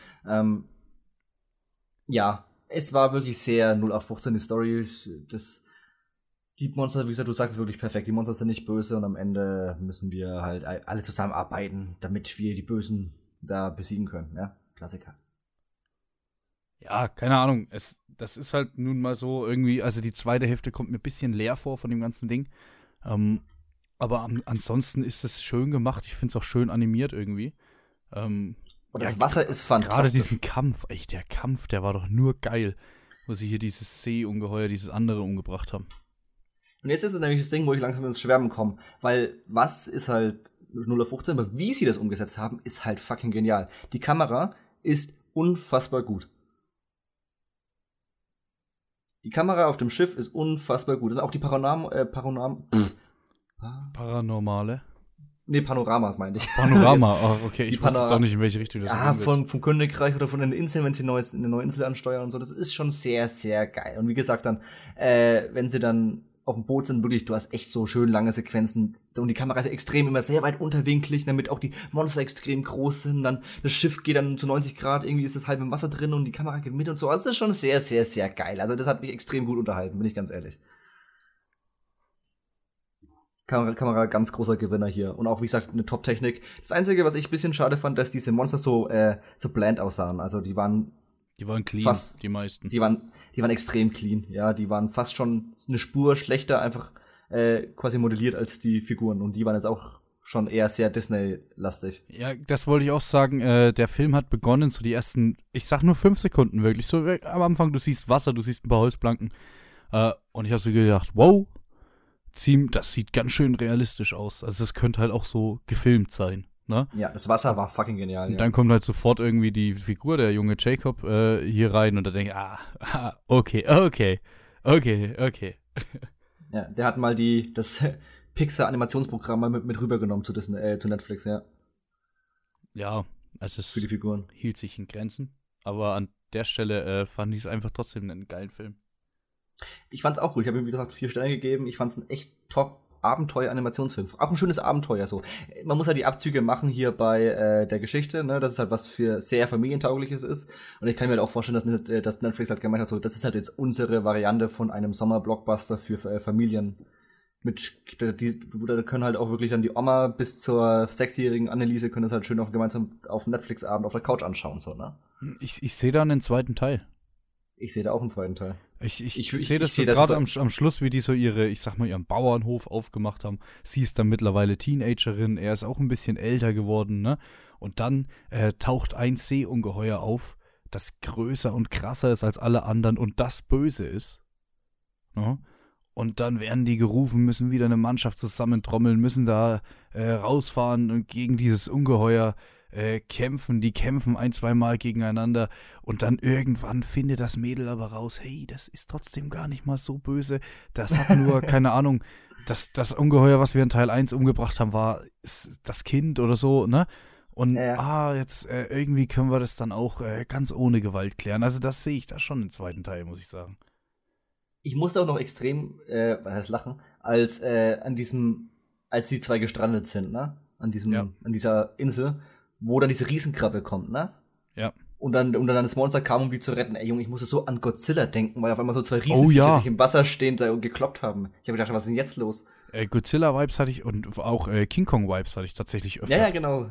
Ja, es war wirklich sehr 0815 die Story. Die Monster, wie gesagt, du sagst es wirklich perfekt, die Monster sind nicht böse und am Ende müssen wir halt alle zusammenarbeiten, damit wir die Bösen da besiegen können, ja? Klassiker. Ja, keine Ahnung. Das ist halt nun mal so irgendwie, also die zweite Hälfte kommt mir ein bisschen leer vor von dem ganzen Ding. Aber ansonsten ist es schön gemacht. Ich finde es auch schön animiert irgendwie. Und das Wasser ist fantastisch. Gerade diesen Kampf, der Kampf, der war doch nur geil. Wo sie hier dieses Seeungeheuer, dieses andere umgebracht haben. Und jetzt ist es nämlich das Ding, wo ich langsam ins Schwärmen komme. Weil was ist halt 0815, aber wie sie das umgesetzt haben, ist halt fucking genial. Die Kamera ist unfassbar gut. Die Kamera auf dem Schiff ist unfassbar gut. Und auch die Paranormale? Nee, Panoramas meinte ich. Panorama, oh, okay. Ich weiß jetzt auch nicht, in welche Richtung das ist. Vom Königreich oder von den Inseln, wenn sie eine neue Insel ansteuern und so. Das ist schon sehr, sehr geil. Und wie gesagt, dann, wenn sie dann auf dem Boot sind, wirklich, du hast echt so schön lange Sequenzen und die Kamera ist extrem immer sehr weit unterwinklig, damit auch die Monster extrem groß sind, dann das Schiff geht dann zu 90 Grad, irgendwie ist das halb im Wasser drin und die Kamera geht mit und so, also das ist schon sehr, sehr, sehr geil, also das hat mich extrem gut unterhalten, bin ich ganz ehrlich. Kamera ganz großer Gewinner hier und auch, wie gesagt, eine Top-Technik. Das Einzige, was ich ein bisschen schade fand, dass diese Monster so bland aussahen, also die waren Die waren clean, fast, die meisten. die waren extrem clean, ja, die waren fast schon eine Spur schlechter einfach quasi modelliert als die Figuren und die waren jetzt auch schon eher sehr Disney-lastig. Ja, das wollte ich auch sagen. Der Film hat begonnen, so die ersten, ich sag nur 5 Sekunden wirklich. So am Anfang, du siehst Wasser, du siehst ein paar Holzplanken. Und ich habe so gedacht, wow, das sieht ganz schön realistisch aus. Also das könnte halt auch so gefilmt sein. Ne? Ja, das Wasser war fucking genial. Und dann kommt halt sofort irgendwie die Figur, der junge Jacob, hier rein und da denke ich, okay. Ja, der hat mal das Pixar-Animationsprogramm mal mit rübergenommen zu Netflix, ja. Ja, also für die Figuren. Hielt sich in Grenzen. Aber an der Stelle fand ich es einfach trotzdem einen geilen Film. Ich fand's auch gut. Ich habe ihm, wie gesagt, 4 Sterne gegeben. Ich fand's ein echt top Abenteuer-Animationsfilm. Auch ein schönes Abenteuer so. Man muss halt die Abzüge machen hier bei der Geschichte, ne, dass es halt was für sehr Familientaugliches ist. Und ich kann mir halt auch vorstellen, dass Netflix halt gemeint hat, so, das ist halt jetzt unsere Variante von einem Sommer-Blockbuster für Familien. Da können halt auch wirklich dann die Oma bis zur 6-jährigen Anneliese können das halt schön gemeinsam auf Netflix-Abend auf der Couch anschauen, so, ne? Ich sehe da einen zweiten Teil. Ich sehe da auch einen zweiten Teil. Ich sehe das so gerade am Schluss, wie die so ihren Bauernhof aufgemacht haben. Sie ist dann mittlerweile Teenagerin, er ist auch ein bisschen älter geworden, ne? Und dann taucht ein Seeungeheuer auf, das größer und krasser ist als alle anderen und das böse ist. Ne? Und dann werden die gerufen, müssen wieder eine Mannschaft zusammentrommeln, müssen da rausfahren und gegen dieses Ungeheuer kämpfen. Die kämpfen 1-2 Mal gegeneinander und dann irgendwann findet das Mädel aber raus, hey, das ist trotzdem gar nicht mal so böse. Das hat nur, keine Ahnung, das Ungeheuer, was wir in Teil 1 umgebracht haben, war das Kind oder so, ne? Und jetzt irgendwie können wir das dann auch ganz ohne Gewalt klären. Also das sehe ich da schon im zweiten Teil, muss ich sagen. Ich musste auch noch extrem, was heißt lachen, als die zwei gestrandet sind, ne? An dieser Insel, wo dann diese Riesenkrabbe kommt, ne? Ja. Und dann das Monster kam, um die zu retten. Ey, Junge, ich musste so an Godzilla denken, weil auf einmal so 2 Riesenviecher sich im Wasser stehen da und gekloppt haben. Ich habe gedacht, was ist denn jetzt los? Godzilla-Vibes hatte ich und auch King Kong-Vibes hatte ich tatsächlich öfter. Ja, genau.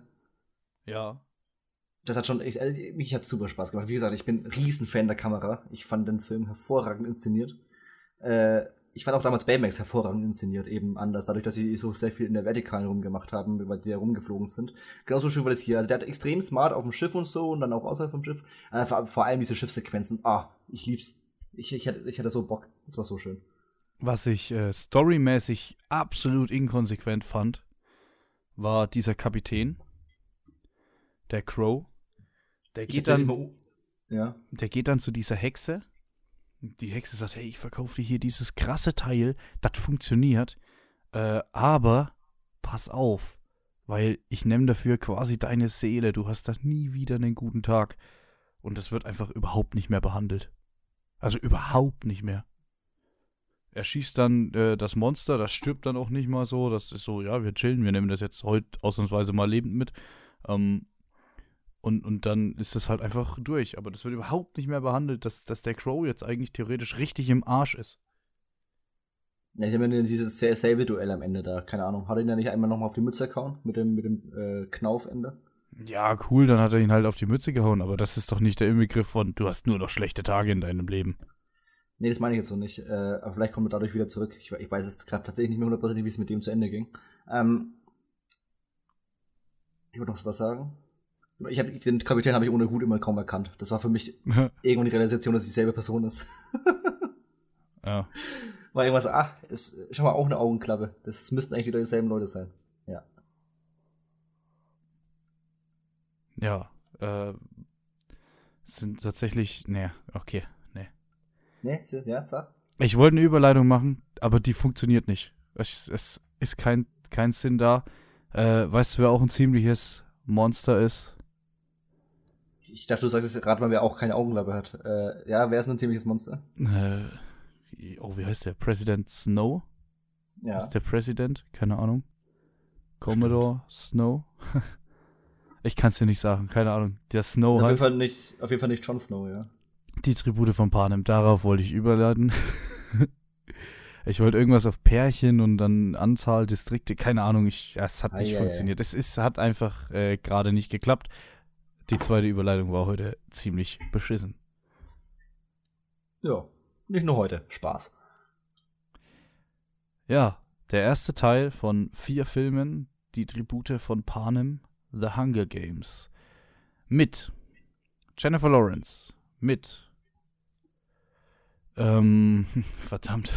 Ja. Das hat schon, mich hat super Spaß gemacht. Wie gesagt, ich bin ein Riesenfan der Kamera. Ich fand den Film hervorragend inszeniert. Ich fand auch damals Baymax hervorragend inszeniert, eben anders, dadurch, dass sie so sehr viel in der Vertikalen rumgemacht haben, weil die da rumgeflogen sind. Genauso schön war das hier. Also der hat extrem smart auf dem Schiff und so und dann auch außerhalb vom Schiff. Vor allem diese Schiffssequenzen. Ich lieb's. Ich hatte so Bock. Das war so schön. Was ich storymäßig absolut inkonsequent fand, war dieser Kapitän, der Crow. Der geht dann zu dieser Hexe. Die Hexe sagt, hey, ich verkaufe dir hier dieses krasse Teil, das funktioniert, aber pass auf, weil ich nehme dafür quasi deine Seele, du hast da nie wieder einen guten Tag. Und das wird einfach überhaupt nicht mehr behandelt. Also überhaupt nicht mehr. Er schießt dann das Monster, das stirbt dann auch nicht mal so, das ist so, ja, wir chillen, wir nehmen das jetzt heute ausnahmsweise mal lebend mit. Und dann ist das halt einfach durch. Aber das wird überhaupt nicht mehr behandelt, dass der Crow jetzt eigentlich theoretisch richtig im Arsch ist. Ja, ich habe mir dieses selbe Duell am Ende da, keine Ahnung. Hat er ihn ja nicht einmal nochmal auf die Mütze gehauen? Mit dem Knaufende? Ja, cool, dann hat er ihn halt auf die Mütze gehauen. Aber das ist doch nicht der Inbegriff von, du hast nur noch schlechte Tage in deinem Leben. Nee, das meine ich jetzt so nicht. Aber vielleicht kommt er dadurch wieder zurück. Ich weiß es gerade tatsächlich nicht mehr 100%, wie es mit dem zu Ende ging. Ich wollte noch was sagen. Den Kapitän habe ich ohne Hut immer kaum erkannt. Das war für mich irgendwann die Realisation, dass es dieselbe Person ist. Ja. War irgendwas, ist schon mal auch eine Augenklappe. Das müssten eigentlich wieder dieselben Leute sein. Ja. Ja, sind tatsächlich, okay. Ja, sag. Ich wollte eine Überleitung machen, aber die funktioniert nicht. Es ist kein Sinn da. Weißt du, wer auch ein ziemliches Monster ist? Ich dachte, du sagst jetzt gerade mal, wer auch keine Augenklappe hat. Ja, wer ist ein ziemliches Monster? Wie heißt der? President Snow? Ja. Ist der Präsident? Keine Ahnung. Commodore Snow? Ich kann es dir nicht sagen, keine Ahnung. Der Snow auf jeden Fall nicht Jon Snow, ja. Die Tribute von Panem, darauf wollte ich überladen. Ich wollte irgendwas auf Pärchen und dann Anzahl Distrikte, keine Ahnung, es hat nicht funktioniert. Es hat einfach gerade nicht geklappt. Die zweite Überleitung war heute ziemlich beschissen. Ja, nicht nur heute. Spaß. Ja, der erste Teil von 4 Filmen, die Tribute von Panem, The Hunger Games. Mit Jennifer Lawrence. Mit verdammt.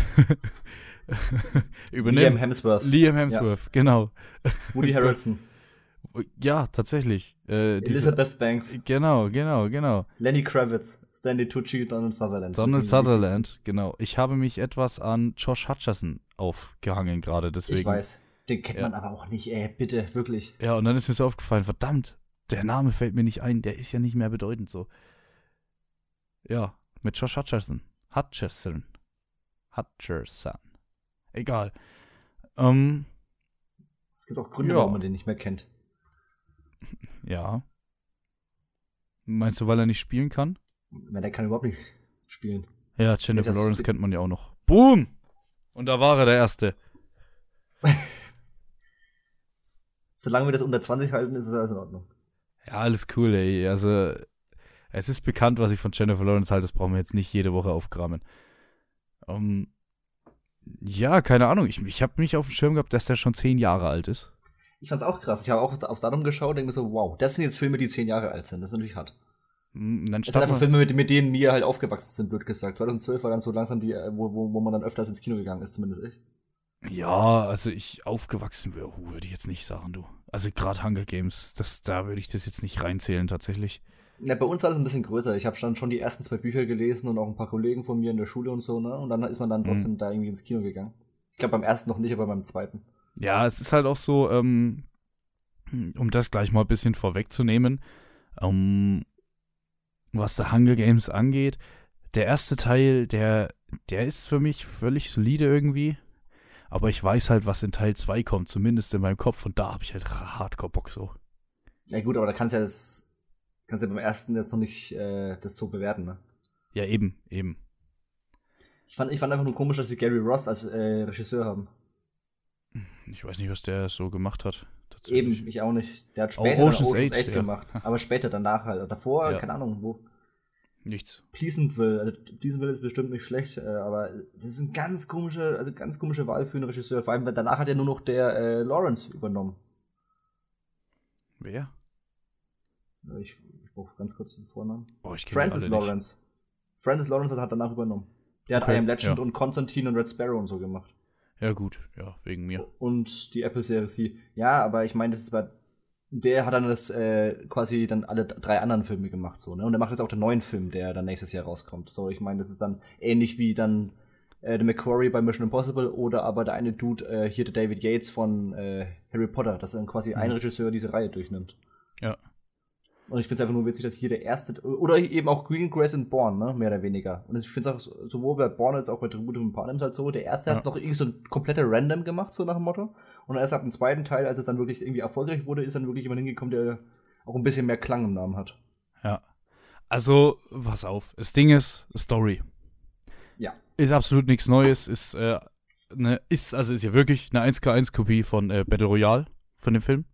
Liam Hemsworth. Liam Hemsworth, genau. Woody Harrelson. Ja, tatsächlich. Elizabeth Banks. Genau. Lenny Kravitz. Stanley Tucci, Donald Sutherland. Donald Sutherland, genau. Ich habe mich etwas an Josh Hutcherson aufgehangen gerade, deswegen. Ich weiß. Den kennt man aber auch nicht, bitte, wirklich. Ja, und dann ist mir so aufgefallen, verdammt, der Name fällt mir nicht ein, der ist ja nicht mehr bedeutend so. Ja, mit Josh Hutcherson. Egal. Es gibt auch Gründe, warum man den nicht mehr kennt. Ja. Meinst du, weil er nicht spielen kann? Der kann überhaupt nicht spielen. Ja, Jennifer Lawrence kennt man ja auch noch. Boom! Und da war er der Erste. Solange wir das unter 20 halten, ist es alles in Ordnung. Ja, alles cool, ey. Also, es ist bekannt, was ich von Jennifer Lawrence halte. Das brauchen wir jetzt nicht jede Woche aufkramen. Ja, keine Ahnung. Ich habe mich auf dem Schirm gehabt, dass der schon 10 Jahre alt ist. Ich fand's auch krass. Ich habe auch aufs Datum geschaut und denke mir so, wow, das sind jetzt Filme, die 10 Jahre alt sind. Das ist natürlich hart. Das sind einfach Filme, mit denen wir halt aufgewachsen sind, blöd gesagt. 2012 war dann so langsam die, wo man dann öfters ins Kino gegangen ist, zumindest ich. Ja, also ich aufgewachsen wäre, würde ich jetzt nicht sagen, du. Also gerade Hunger Games, da würde ich das jetzt nicht reinzählen, tatsächlich. Ja, bei uns war das ein bisschen größer. Ich habe schon die ersten 2 Bücher gelesen und auch ein paar Kollegen von mir in der Schule und so, ne? Und dann ist man dann trotzdem da irgendwie ins Kino gegangen. Ich glaube beim ersten noch nicht, aber beim zweiten. Ja, es ist halt auch so, um das gleich mal ein bisschen vorwegzunehmen, was der Hunger Games angeht, der erste Teil, der ist für mich völlig solide irgendwie, aber ich weiß halt, was in Teil 2 kommt, zumindest in meinem Kopf, und da habe ich halt Hardcore-Bock so. Ja gut, aber da kannst du ja beim ersten jetzt noch nicht das so bewerten, ne? Ja, eben. Ich fand einfach nur komisch, dass sie Gary Ross als Regisseur haben. Ich weiß nicht, was der so gemacht hat. Eben, ich auch nicht. Der hat später Ocean's 8 gemacht. Aber später, danach halt. Davor, keine Ahnung, wo. Nichts. Pleasantville. Also, Pleasantville ist bestimmt nicht schlecht, aber das ist eine ganz komische Wahl für einen Regisseur. Vor allem, weil danach hat ja nur noch der Lawrence übernommen. Wer? Ich brauche ganz kurz den Vornamen. Ich kenne Francis Lawrence. Francis Lawrence hat danach übernommen. Der hat I Am Legend und Constantine und Red Sparrow und so gemacht. Ja gut, ja, wegen mir. Und die Apple-Serie. Ja, aber ich meine, der hat dann das quasi dann alle 3 anderen Filme gemacht, so, ne? Und der macht jetzt auch den neuen Film, der dann nächstes Jahr rauskommt. So, ich meine, das ist dann ähnlich wie dann der McQuarrie bei Mission Impossible oder aber der eine Dude, hier der David Yates von Harry Potter, dass dann quasi ein Regisseur diese Reihe durchnimmt. Ja. Und ich finde es einfach nur witzig, dass hier der erste, oder eben auch Greengrass und Bourne, ne, mehr oder weniger. Und ich finde es auch sowohl bei Bourne als auch bei Tribute von Panem halt so, der erste hat noch irgendwie so ein komplette Random gemacht, so nach dem Motto. Und erst ab dem zweiten Teil, als es dann wirklich irgendwie erfolgreich wurde, ist dann wirklich jemand hingekommen, der auch ein bisschen mehr Klang im Namen hat. Ja. Also, pass auf, das Ding ist Story. Ja. Ist absolut nichts Neues, ist ja wirklich eine 1:1-Kopie von Battle Royale, von dem Film.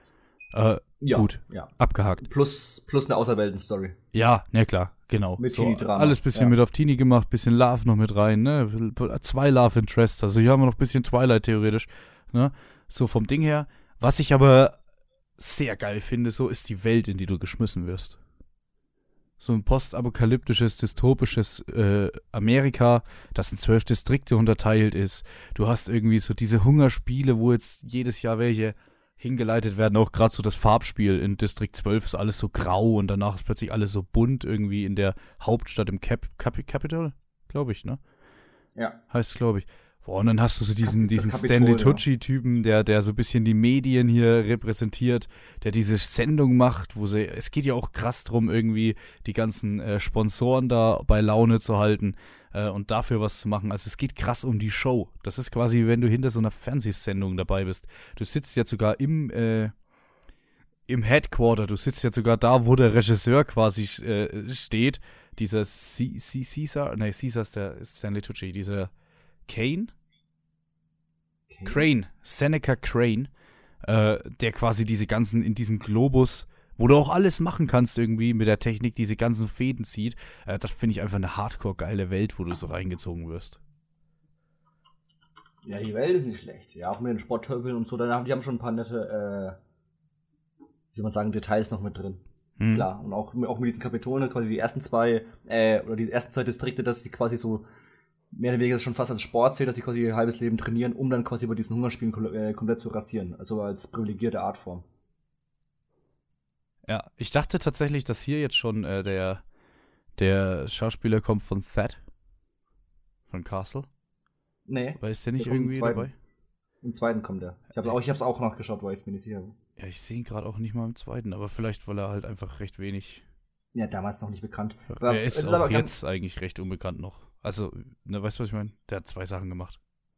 Ja, gut, ja. Abgehakt. Plus eine Außerwelten-Story. Ja, ne, klar, genau. Mit so, Teenie-Drama. alles bisschen mit auf Teenie gemacht, bisschen Love noch mit rein, ne? 2 Love Interests, also hier haben wir noch ein bisschen Twilight theoretisch, ne? So vom Ding her. Was ich aber sehr geil finde, so ist die Welt, in die du geschmissen wirst. So ein postapokalyptisches, dystopisches Amerika, das in 12 Distrikte unterteilt ist. Du hast irgendwie so diese Hungerspiele, wo jetzt jedes Jahr welche hingeleitet werden, auch gerade so das Farbspiel in Distrikt 12 ist alles so grau und danach ist plötzlich alles so bunt irgendwie in der Hauptstadt im Capital, glaube ich, ne? Ja. Heißt, glaube ich. Boah, und dann hast du so diesen Capitol, Stanley Tucci-Typen, der so ein bisschen die Medien hier repräsentiert, der diese Sendung macht, es geht ja auch krass drum, irgendwie die ganzen Sponsoren da bei Laune zu halten und dafür was zu machen. Also es geht krass um die Show. Das ist quasi, wenn du hinter so einer Fernsehsendung dabei bist. Du sitzt jetzt sogar im Headquarter, du sitzt jetzt sogar da, wo der Regisseur quasi steht. Dieser Caesar ist der Stanley Tucci, dieser Crane, Seneca Crane, der quasi diese ganzen, in diesem Globus, wo du auch alles machen kannst irgendwie mit der Technik, diese ganzen Fäden zieht. Das finde ich einfach eine hardcore-geile Welt, wo du so reingezogen wirst. Ja, die Welt ist nicht schlecht. Ja, auch mit den Sporttölpeln und so, die haben schon ein paar nette, wie soll man sagen, Details noch mit drin. Klar, und auch mit diesen Kapitolen, quasi die ersten zwei Distrikte, dass die quasi so mehr oder weniger schon fast als Sport zählt, dass sie quasi ihr halbes Leben trainieren, um dann quasi bei diesen Hungerspielen komplett zu rasieren. Also als privilegierte Artform. Ja, ich dachte tatsächlich, dass hier jetzt schon der Schauspieler kommt von Thad. Von Castle. Nee. Aber ist der nicht irgendwie dabei? Im zweiten kommt der. Ich hab's auch nachgeschaut, weil ich mir nicht sicher bin. Ja, ich sehe ihn gerade auch nicht mal im zweiten, aber vielleicht, weil er halt einfach recht wenig. Ja, damals noch nicht bekannt. Er ist auch jetzt eigentlich recht unbekannt noch. Also, ne, weißt du, was ich meine? Der hat 2 Sachen gemacht.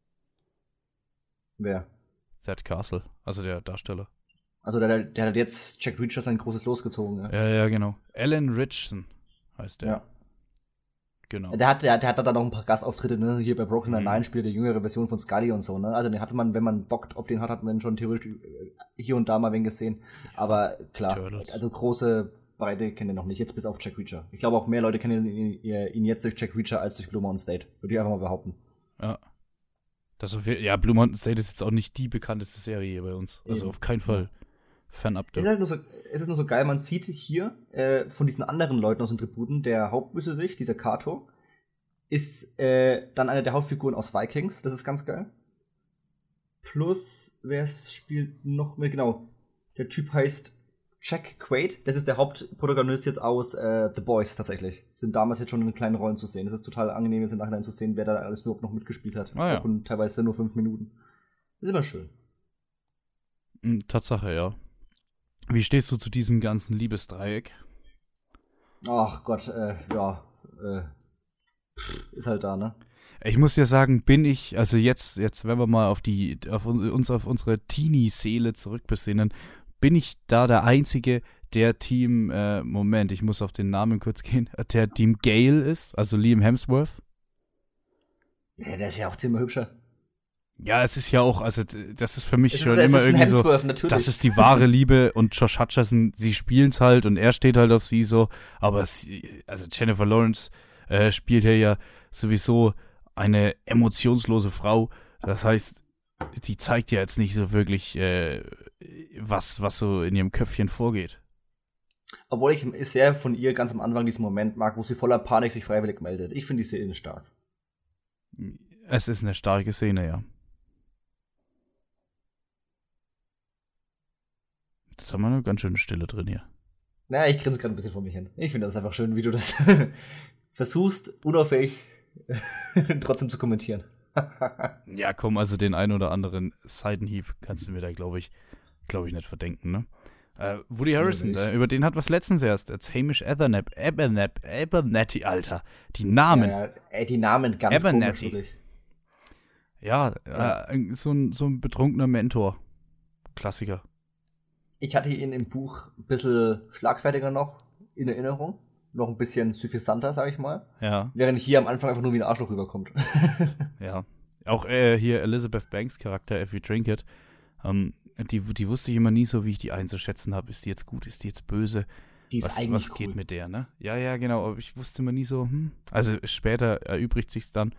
Wer? Thad Castle, also der Darsteller. Also der hat jetzt Jack Reacher sein großes losgezogen. Ja, genau. Alan Ritchson heißt der. Ja. Genau. Der hat da noch ein paar Gastauftritte, ne? Hier bei Brooklyn Nine-Nine spielt der jüngere Version von Scully und so, ne? Also den hatte man, wenn man Bock auf den hat man schon theoretisch hier und da mal wen gesehen. Ja, aber klar, Turtles. Also große Breite kennen den noch nicht, jetzt bis auf Jack Reacher. Ich glaube auch mehr Leute kennen ihn jetzt durch Jack Reacher als durch Blue Mountain State. Würde ich einfach mal behaupten. Ja. Blue Mountain State ist jetzt auch nicht die bekannteste Serie hier bei uns. Also auf keinen Fall. Fernab. Es ist nur so geil, man sieht hier von diesen anderen Leuten aus den Tributen, der Hauptbösewicht, dieser Kato, ist dann eine der Hauptfiguren aus Vikings. Das ist ganz geil. Plus, wer spielt noch mit? Genau, der Typ heißt Jack Quaid. Das ist der Hauptprotagonist jetzt aus The Boys tatsächlich. Sind damals jetzt schon in kleinen Rollen zu sehen. Das ist total angenehm, jetzt im Nachhinein zu sehen, wer da alles überhaupt noch mitgespielt hat. Ja. Und teilweise nur 5 Minuten. Das ist immer schön. Tatsache, ja. Wie stehst du zu diesem ganzen Liebesdreieck? Ach Gott, ist halt da, ne? Ich muss dir sagen, bin ich, also jetzt, wenn wir mal auf unsere Teenie-Seele zurückbesinnen, bin ich da der Einzige, der Team, Moment, ich muss auf den Namen kurz gehen, der Team Gale ist, also Liam Hemsworth. Ja, der ist ja auch ziemlich hübscher. Ja, es ist ja auch, also das ist für mich schon immer irgendwie so, natürlich. Das ist die wahre Liebe und Josh Hutcherson, sie spielen es halt und er steht halt auf sie so, aber also Jennifer Lawrence spielt ja sowieso eine emotionslose Frau, das heißt, die zeigt ja jetzt nicht so wirklich, was so in ihrem Köpfchen vorgeht. Obwohl ich sehr von ihr ganz am Anfang diesen Moment mag, wo sie voller Panik sich freiwillig meldet. Ich finde die Szene stark. Es ist eine starke Szene, ja. Jetzt haben wir eine ganz schöne Stille drin hier. Naja, ich grinse gerade ein bisschen vor mich hin. Ich finde das einfach schön, wie du das versuchst, unauffällig trotzdem zu kommentieren. Ja, komm, also den einen oder anderen Seitenhieb kannst du mir da, glaube ich, nicht verdenken, ne? Woody Harrelson, über den hat was letztens erst, als Hamish Abernathy, Alter. Die Namen. Ja, die Namen ganz Abernathy. Komisch. Ja, so ein betrunkener Mentor. Klassiker. Ich hatte ihn im Buch ein bisschen schlagfertiger noch in Erinnerung. Noch ein bisschen suffisanter, sag ich mal. Ja. Während hier am Anfang einfach nur wie ein Arschloch rüberkommt. Ja. Auch hier Elizabeth Banks Charakter, Effie Trinket, die wusste ich immer nie so, wie ich die einzuschätzen habe. Ist die jetzt gut, ist die jetzt böse? Die ist eigentlich was cool. Geht mit der, ne? Ja, genau. Aber ich wusste immer nie so, Also später erübrigt sich's dann.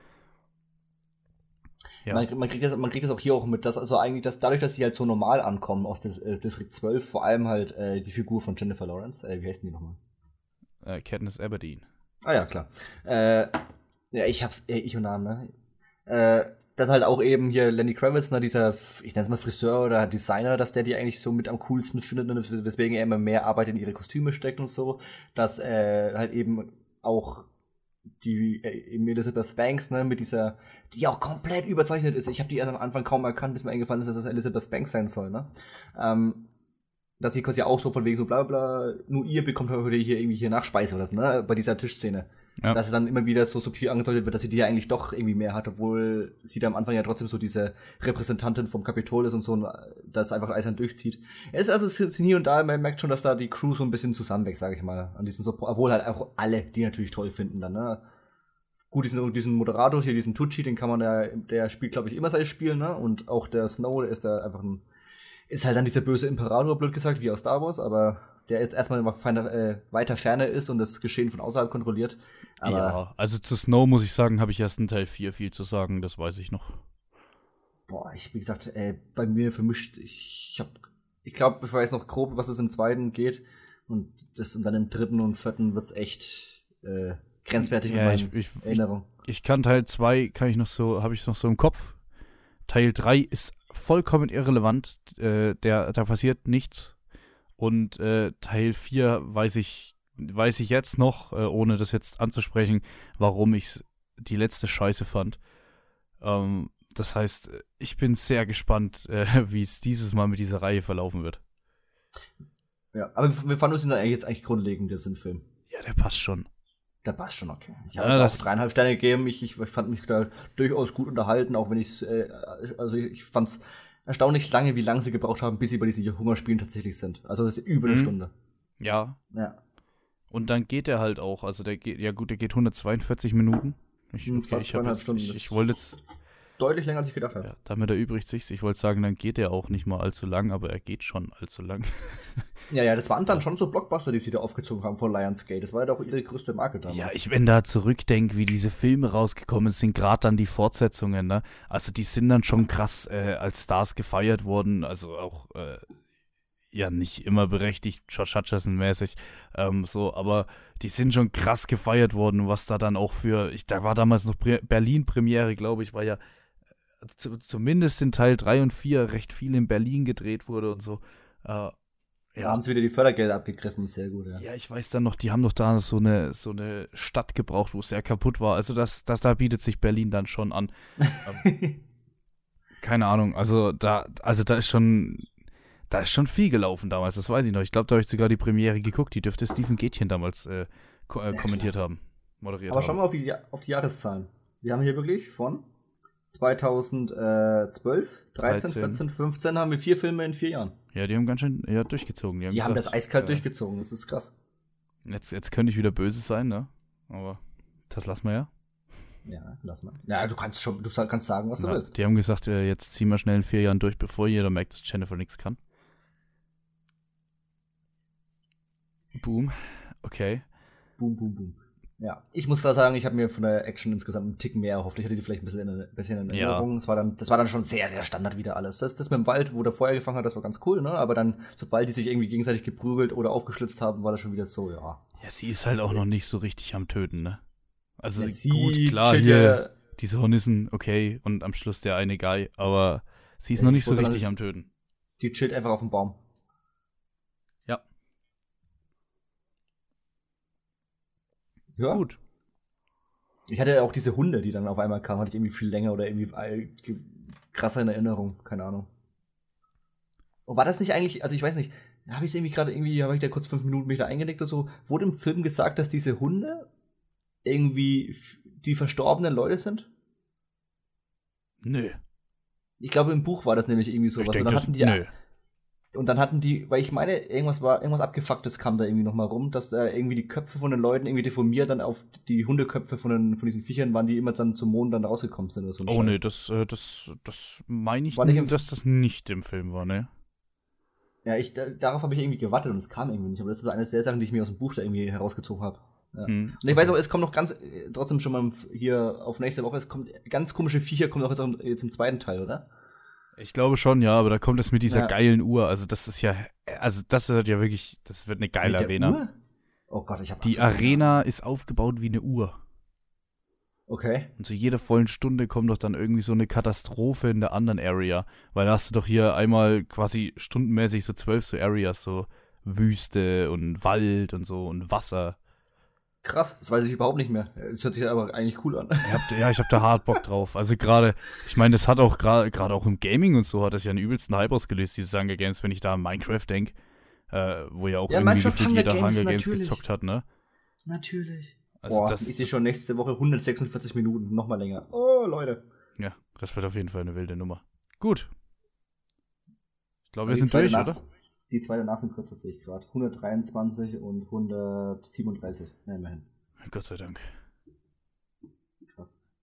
Ja. Man kriegt das auch hier auch mit, dass also eigentlich, dadurch, dass die halt so normal ankommen aus Distrikt 12, vor allem halt die Figur von Jennifer Lawrence, wie heißt die nochmal? Katniss Everdeen. Ah ja, klar. Ja, ich und Namen, ne? Das halt auch eben hier Lenny Kravitz, ne, dieser, ich nenne es mal Friseur oder Designer, dass der die eigentlich so mit am coolsten findet, ne, weswegen er immer mehr Arbeit in ihre Kostüme steckt und so, dass halt eben auch die Elizabeth Banks, ne, mit dieser, die auch komplett überzeichnet ist. Ich habe die erst am Anfang kaum erkannt, bis mir eingefallen ist, dass das Elizabeth Banks sein soll, ne? Dass sie quasi auch so von wegen so bla bla, nur ihr bekommt heute hier Nachspeise oder so, ne, bei dieser Tischszene. Ja. Dass sie dann immer wieder so subtil angedeutet wird, dass sie die ja eigentlich doch irgendwie mehr hat, obwohl sie da am Anfang ja trotzdem so diese Repräsentantin vom Kapitol ist und so, das einfach eisern durchzieht. Es sind hier und da, man merkt schon, dass da die Crew so ein bisschen zusammenwächst, sag ich mal, an diesen obwohl halt auch alle, die natürlich toll finden dann, ne. Gut, diesen Moderator hier, diesen Tucci, den kann man der spielt, glaube ich, immer sein Spiel, ne, und auch der Snow, der ist da einfach ein Ist halt dann dieser böse Imperator, blöd gesagt, wie aus Star Wars, aber der jetzt erstmal weiter Ferne ist und das Geschehen von außerhalb kontrolliert. Aber ja, also zu Snow muss ich sagen, habe ich erst in Teil 4 viel zu sagen, das weiß ich noch. boah, wie gesagt, bei mir vermischt, ich glaube, ich weiß noch grob, was es im zweiten geht. Und dann im dritten und vierten wird's echt grenzwertig Ja, mit meinen Erinnerungen. Ich kann Teil 2, habe ich noch so im Kopf. Teil 3 ist vollkommen irrelevant, da passiert nichts. Und Teil 4 weiß ich jetzt noch, ohne das jetzt anzusprechen, warum ich die letzte Scheiße fand. Das heißt, ich bin sehr gespannt, wie es dieses Mal mit dieser Reihe verlaufen wird. Ja, aber wir fanden uns jetzt eigentlich grundlegend, das ist ein Film. Ja, der passt schon. Der passt schon, okay. Ich Ja, habe jetzt auch 3,5 Sterne gegeben. Ich fand mich da durchaus gut unterhalten, auch wenn ich fand's erstaunlich lange, wie lange sie gebraucht haben, bis sie bei diesen Hungerspielen tatsächlich sind. Also das ist über eine Stunde. Ja. Ja. Und dann geht der halt auch. Also der geht 142 Minuten. Ich wollte jetzt deutlich länger, als ich gedacht habe. Ja, damit erübrigt sich's. Ich wollte sagen, dann geht er auch nicht mal allzu lang, aber er geht schon allzu lang. Ja, das waren dann schon so Blockbuster, die sie da aufgezogen haben vor Lionsgate. Das war ja doch ihre größte Marke damals. Ja, wenn da zurückdenke, wie diese Filme rausgekommen sind, gerade dann die Fortsetzungen, ne? Also die sind dann schon krass als Stars gefeiert worden, also auch ja nicht immer berechtigt, George Hutcherson-mäßig, aber die sind schon krass gefeiert worden, was da dann auch da war damals noch Berlin-Premiere, glaube ich, war ja zumindest in Teil 3 und 4 recht viel in Berlin gedreht wurde und so. Da haben sie wieder die Fördergelder abgegriffen, sehr gut, ja. Ja, ich weiß dann noch, die haben doch da so eine Stadt gebraucht, wo es sehr kaputt war. Also da bietet sich Berlin dann schon an. Keine Ahnung, also da ist schon viel gelaufen damals, das weiß ich noch. Ich glaube, da habe ich sogar die Premiere geguckt, die dürfte Steven Gätchen damals kommentiert haben, moderiert haben. Aber schauen wir auf die Jahreszahlen. Wir haben hier wirklich von 2012, 13, 14, 15 haben wir 4 Filme in 4 Jahren. Ja, die haben ganz schön durchgezogen. Die haben das eiskalt durchgezogen, das ist krass. Jetzt könnte ich wieder böse sein, ne? Aber das lassen wir ja. Ja, lass mal. Ja, du kannst sagen, was du willst. Die haben gesagt, jetzt ziehen wir schnell in 4 Jahren durch, bevor jeder merkt, dass Jennifer nichts kann. Boom. Okay. Boom, boom, boom. Ja, ich muss da sagen, ich habe mir von der Action insgesamt einen Tick mehr erhofft. Ich hatte die vielleicht ein bisschen in Erinnerung. Ja. Das war dann schon sehr, sehr Standard wieder alles. Das mit dem Wald, wo der Feuer gefangen hat, das war ganz cool, ne? Aber dann, sobald die sich irgendwie gegenseitig geprügelt oder aufgeschlitzt haben, war das schon wieder so, ja. Ja, sie ist halt auch noch nicht so richtig am Töten, ne? Also ja, gut, klar, hier diese Hornissen, okay, und am Schluss der eine Guy, aber sie ist noch nicht so richtig am Töten. Die chillt einfach auf dem Baum. Ja. Gut. Ich hatte ja auch diese Hunde, die dann auf einmal kamen, hatte ich irgendwie viel länger oder irgendwie krasser in Erinnerung, keine Ahnung. Und war das nicht eigentlich, also ich weiß nicht, habe ich da kurz 5 Minuten mich da eingenickt oder so, wurde im Film gesagt, dass diese Hunde irgendwie die verstorbenen Leute sind? Nö. Ich glaube, im Buch war das nämlich irgendwie sowas. Nö. Und dann hatten die, weil ich meine, irgendwas Abgefucktes kam da irgendwie nochmal rum, dass da irgendwie die Köpfe von den Leuten irgendwie deformiert dann auf die Hundeköpfe von diesen Viechern waren, die immer dann zum Mond dann rausgekommen sind. Oder so nee, das meine ich nicht, dass das nicht im Film war, ne? Ja, darauf habe ich irgendwie gewartet und es kam irgendwie nicht. Aber das war eine der Sachen, die ich mir aus dem Buch da irgendwie herausgezogen habe. Ja. Und ich weiß auch, es kommt noch trotzdem schon mal hier auf nächste Woche, es kommt ganz komische Viecher, kommt auch jetzt im zweiten Teil, oder? Ich glaube schon, ja, aber da kommt es mit dieser geilen Uhr. Also das ist ja, das wird ja wirklich, das wird eine geile Arena. Uhr? Oh Gott, die Arena ist aufgebaut wie eine Uhr. Okay. Und zu jeder vollen Stunde kommt doch dann irgendwie so eine Katastrophe in der anderen Area. Weil da hast du doch hier einmal quasi stundenmäßig so 12 so Areas, so Wüste und Wald und so und Wasser. Krass, das weiß ich überhaupt nicht mehr. Das hört sich aber eigentlich cool an. Ich hab da hart Bock drauf. Also gerade, ich meine, das hat auch gerade auch im Gaming und so hat das ja einen übelsten Hype ausgelöst, diese Hunger Games, wenn ich da an Minecraft denke, wo ja auch irgendwie gefühlt jeder Hunger Games gezockt hat, ne? Natürlich. Also ich sehe schon nächste Woche 146 Minuten, noch mal länger. Oh, Leute. Ja, das wird auf jeden Fall eine wilde Nummer. Gut. Ich glaube, wir sind durch, oder? Die zwei danach sind kürzer, sehe ich gerade. 123 und 137. Nein, immerhin. Gott sei Dank. Krass.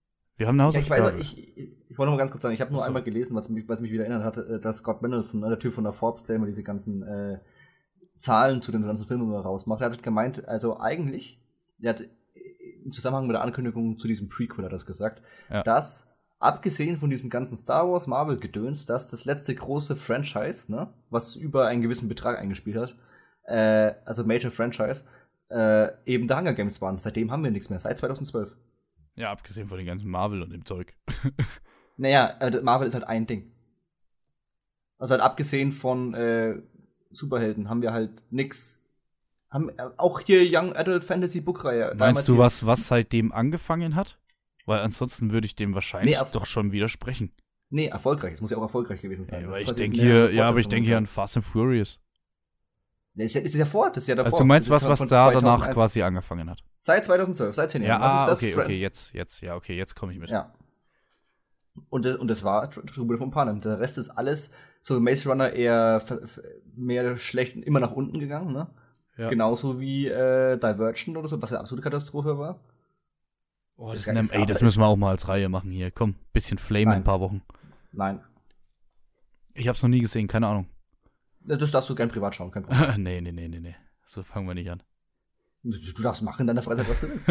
Wir haben eine Hausaufgabe. Ich wollte noch mal ganz kurz sagen, ich habe nur einmal gelesen, was mich wieder erinnert hat, dass Scott Mendelsohn, der Typ von der Forbes, der immer diese ganzen Zahlen zu den ganzen Filmen immer rausmacht, der hat gemeint, also eigentlich, der hat im Zusammenhang mit der Ankündigung zu diesem Prequel hat das gesagt, dass abgesehen von diesem ganzen Star Wars Marvel-Gedöns, dass das letzte große Franchise, ne, was über einen gewissen Betrag eingespielt hat, also Major Franchise, eben der Hunger Games waren. Seitdem haben wir nichts mehr, seit 2012. Ja, abgesehen von den ganzen Marvel und dem Zeug. Naja, Marvel ist halt ein Ding. Also halt abgesehen von Superhelden haben wir halt nix. Haben auch hier Young Adult Fantasy Buchreihe. Meinst du was seitdem angefangen hat? Weil ansonsten würde ich dem wahrscheinlich doch schon widersprechen. Nee, erfolgreich. Es muss ja auch erfolgreich gewesen sein. Ja, ich denke hier an Fast and Furious. Das ist ja davor. Also du meinst was da danach quasi angefangen hat? Seit 2012, seit 10 Jahren. Ja, okay, jetzt komme ich mit. Ja. Und das war Tribute von Panem. Der Rest ist alles so Maze Runner eher mehr schlecht immer nach unten gegangen, ne? Ja. Genauso wie Divergent oder so, was eine absolute Katastrophe war. Oh, das müssen wir auch mal als Reihe machen hier. Komm, bisschen Flame in ein paar Wochen. Nein. Ich hab's noch nie gesehen, keine Ahnung. Das darfst du gern privat schauen, kein Problem. Nee. So fangen wir nicht an. Du darfst machen in deiner Freizeit, was du willst.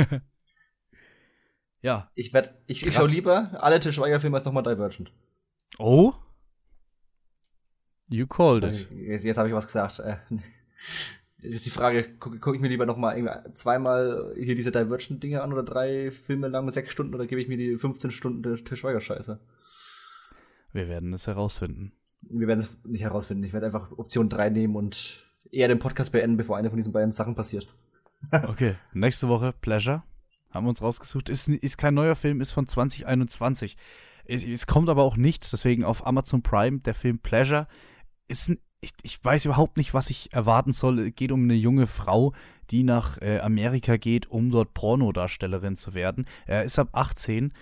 Ja. Ich schaue lieber alle Til Schweiger-Filme als nochmal Divergent. Oh? You called it. Jetzt habe ich was gesagt. Jetzt ist die Frage, gucke ich mir lieber nochmal zweimal hier diese Divergent-Dinge an oder 3 Filme lang mit 6 Stunden oder gebe ich mir die 15 Stunden der Til Schweiger-Scheiße? Wir werden es herausfinden. Wir werden es nicht herausfinden. Ich werde einfach Option 3 nehmen und eher den Podcast beenden, bevor eine von diesen beiden Sachen passiert. Okay, nächste Woche Pleasure. Haben wir uns rausgesucht. Ist kein neuer Film, ist von 2021. Es kommt aber auch nichts, deswegen auf Amazon Prime, der Film Pleasure. Ich weiß überhaupt nicht, was ich erwarten soll. Es geht um eine junge Frau, die nach Amerika geht, um dort Pornodarstellerin zu werden. Er ist ab 18.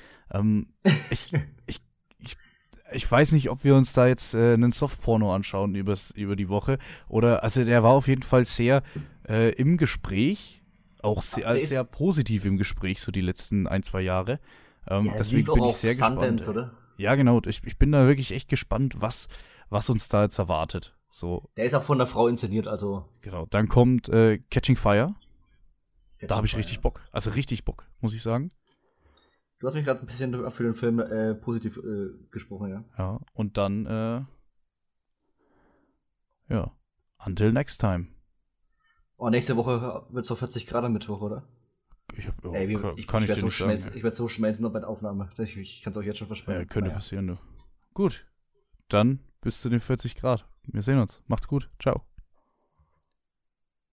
Ich weiß nicht, ob wir uns da jetzt einen Softporno anschauen über die Woche. Also der war auf jeden Fall sehr im Gespräch. Auch sehr positiv im Gespräch, so die letzten 1-2 Jahre. Deswegen bin ich sehr gespannt. Oder? Ja, genau. Ich bin da wirklich echt gespannt, was uns da jetzt erwartet. So. Der ist auch von der Frau inszeniert, also. Genau. Dann kommt Catching Fire. Da habe ich richtig Bock. Also richtig Bock, muss ich sagen. Du hast mich gerade ein bisschen für den Film positiv gesprochen, ja. Ja, und dann Until Next Time. Oh, nächste Woche wird es so 40 Grad am Mittwoch, oder? Ich werde so schmelzen noch bei der Aufnahme. Ich kann es euch jetzt schon versprechen. Könnte passieren, du. Gut, dann bis zu den 40 Grad. Wir sehen uns. Macht's gut. Ciao.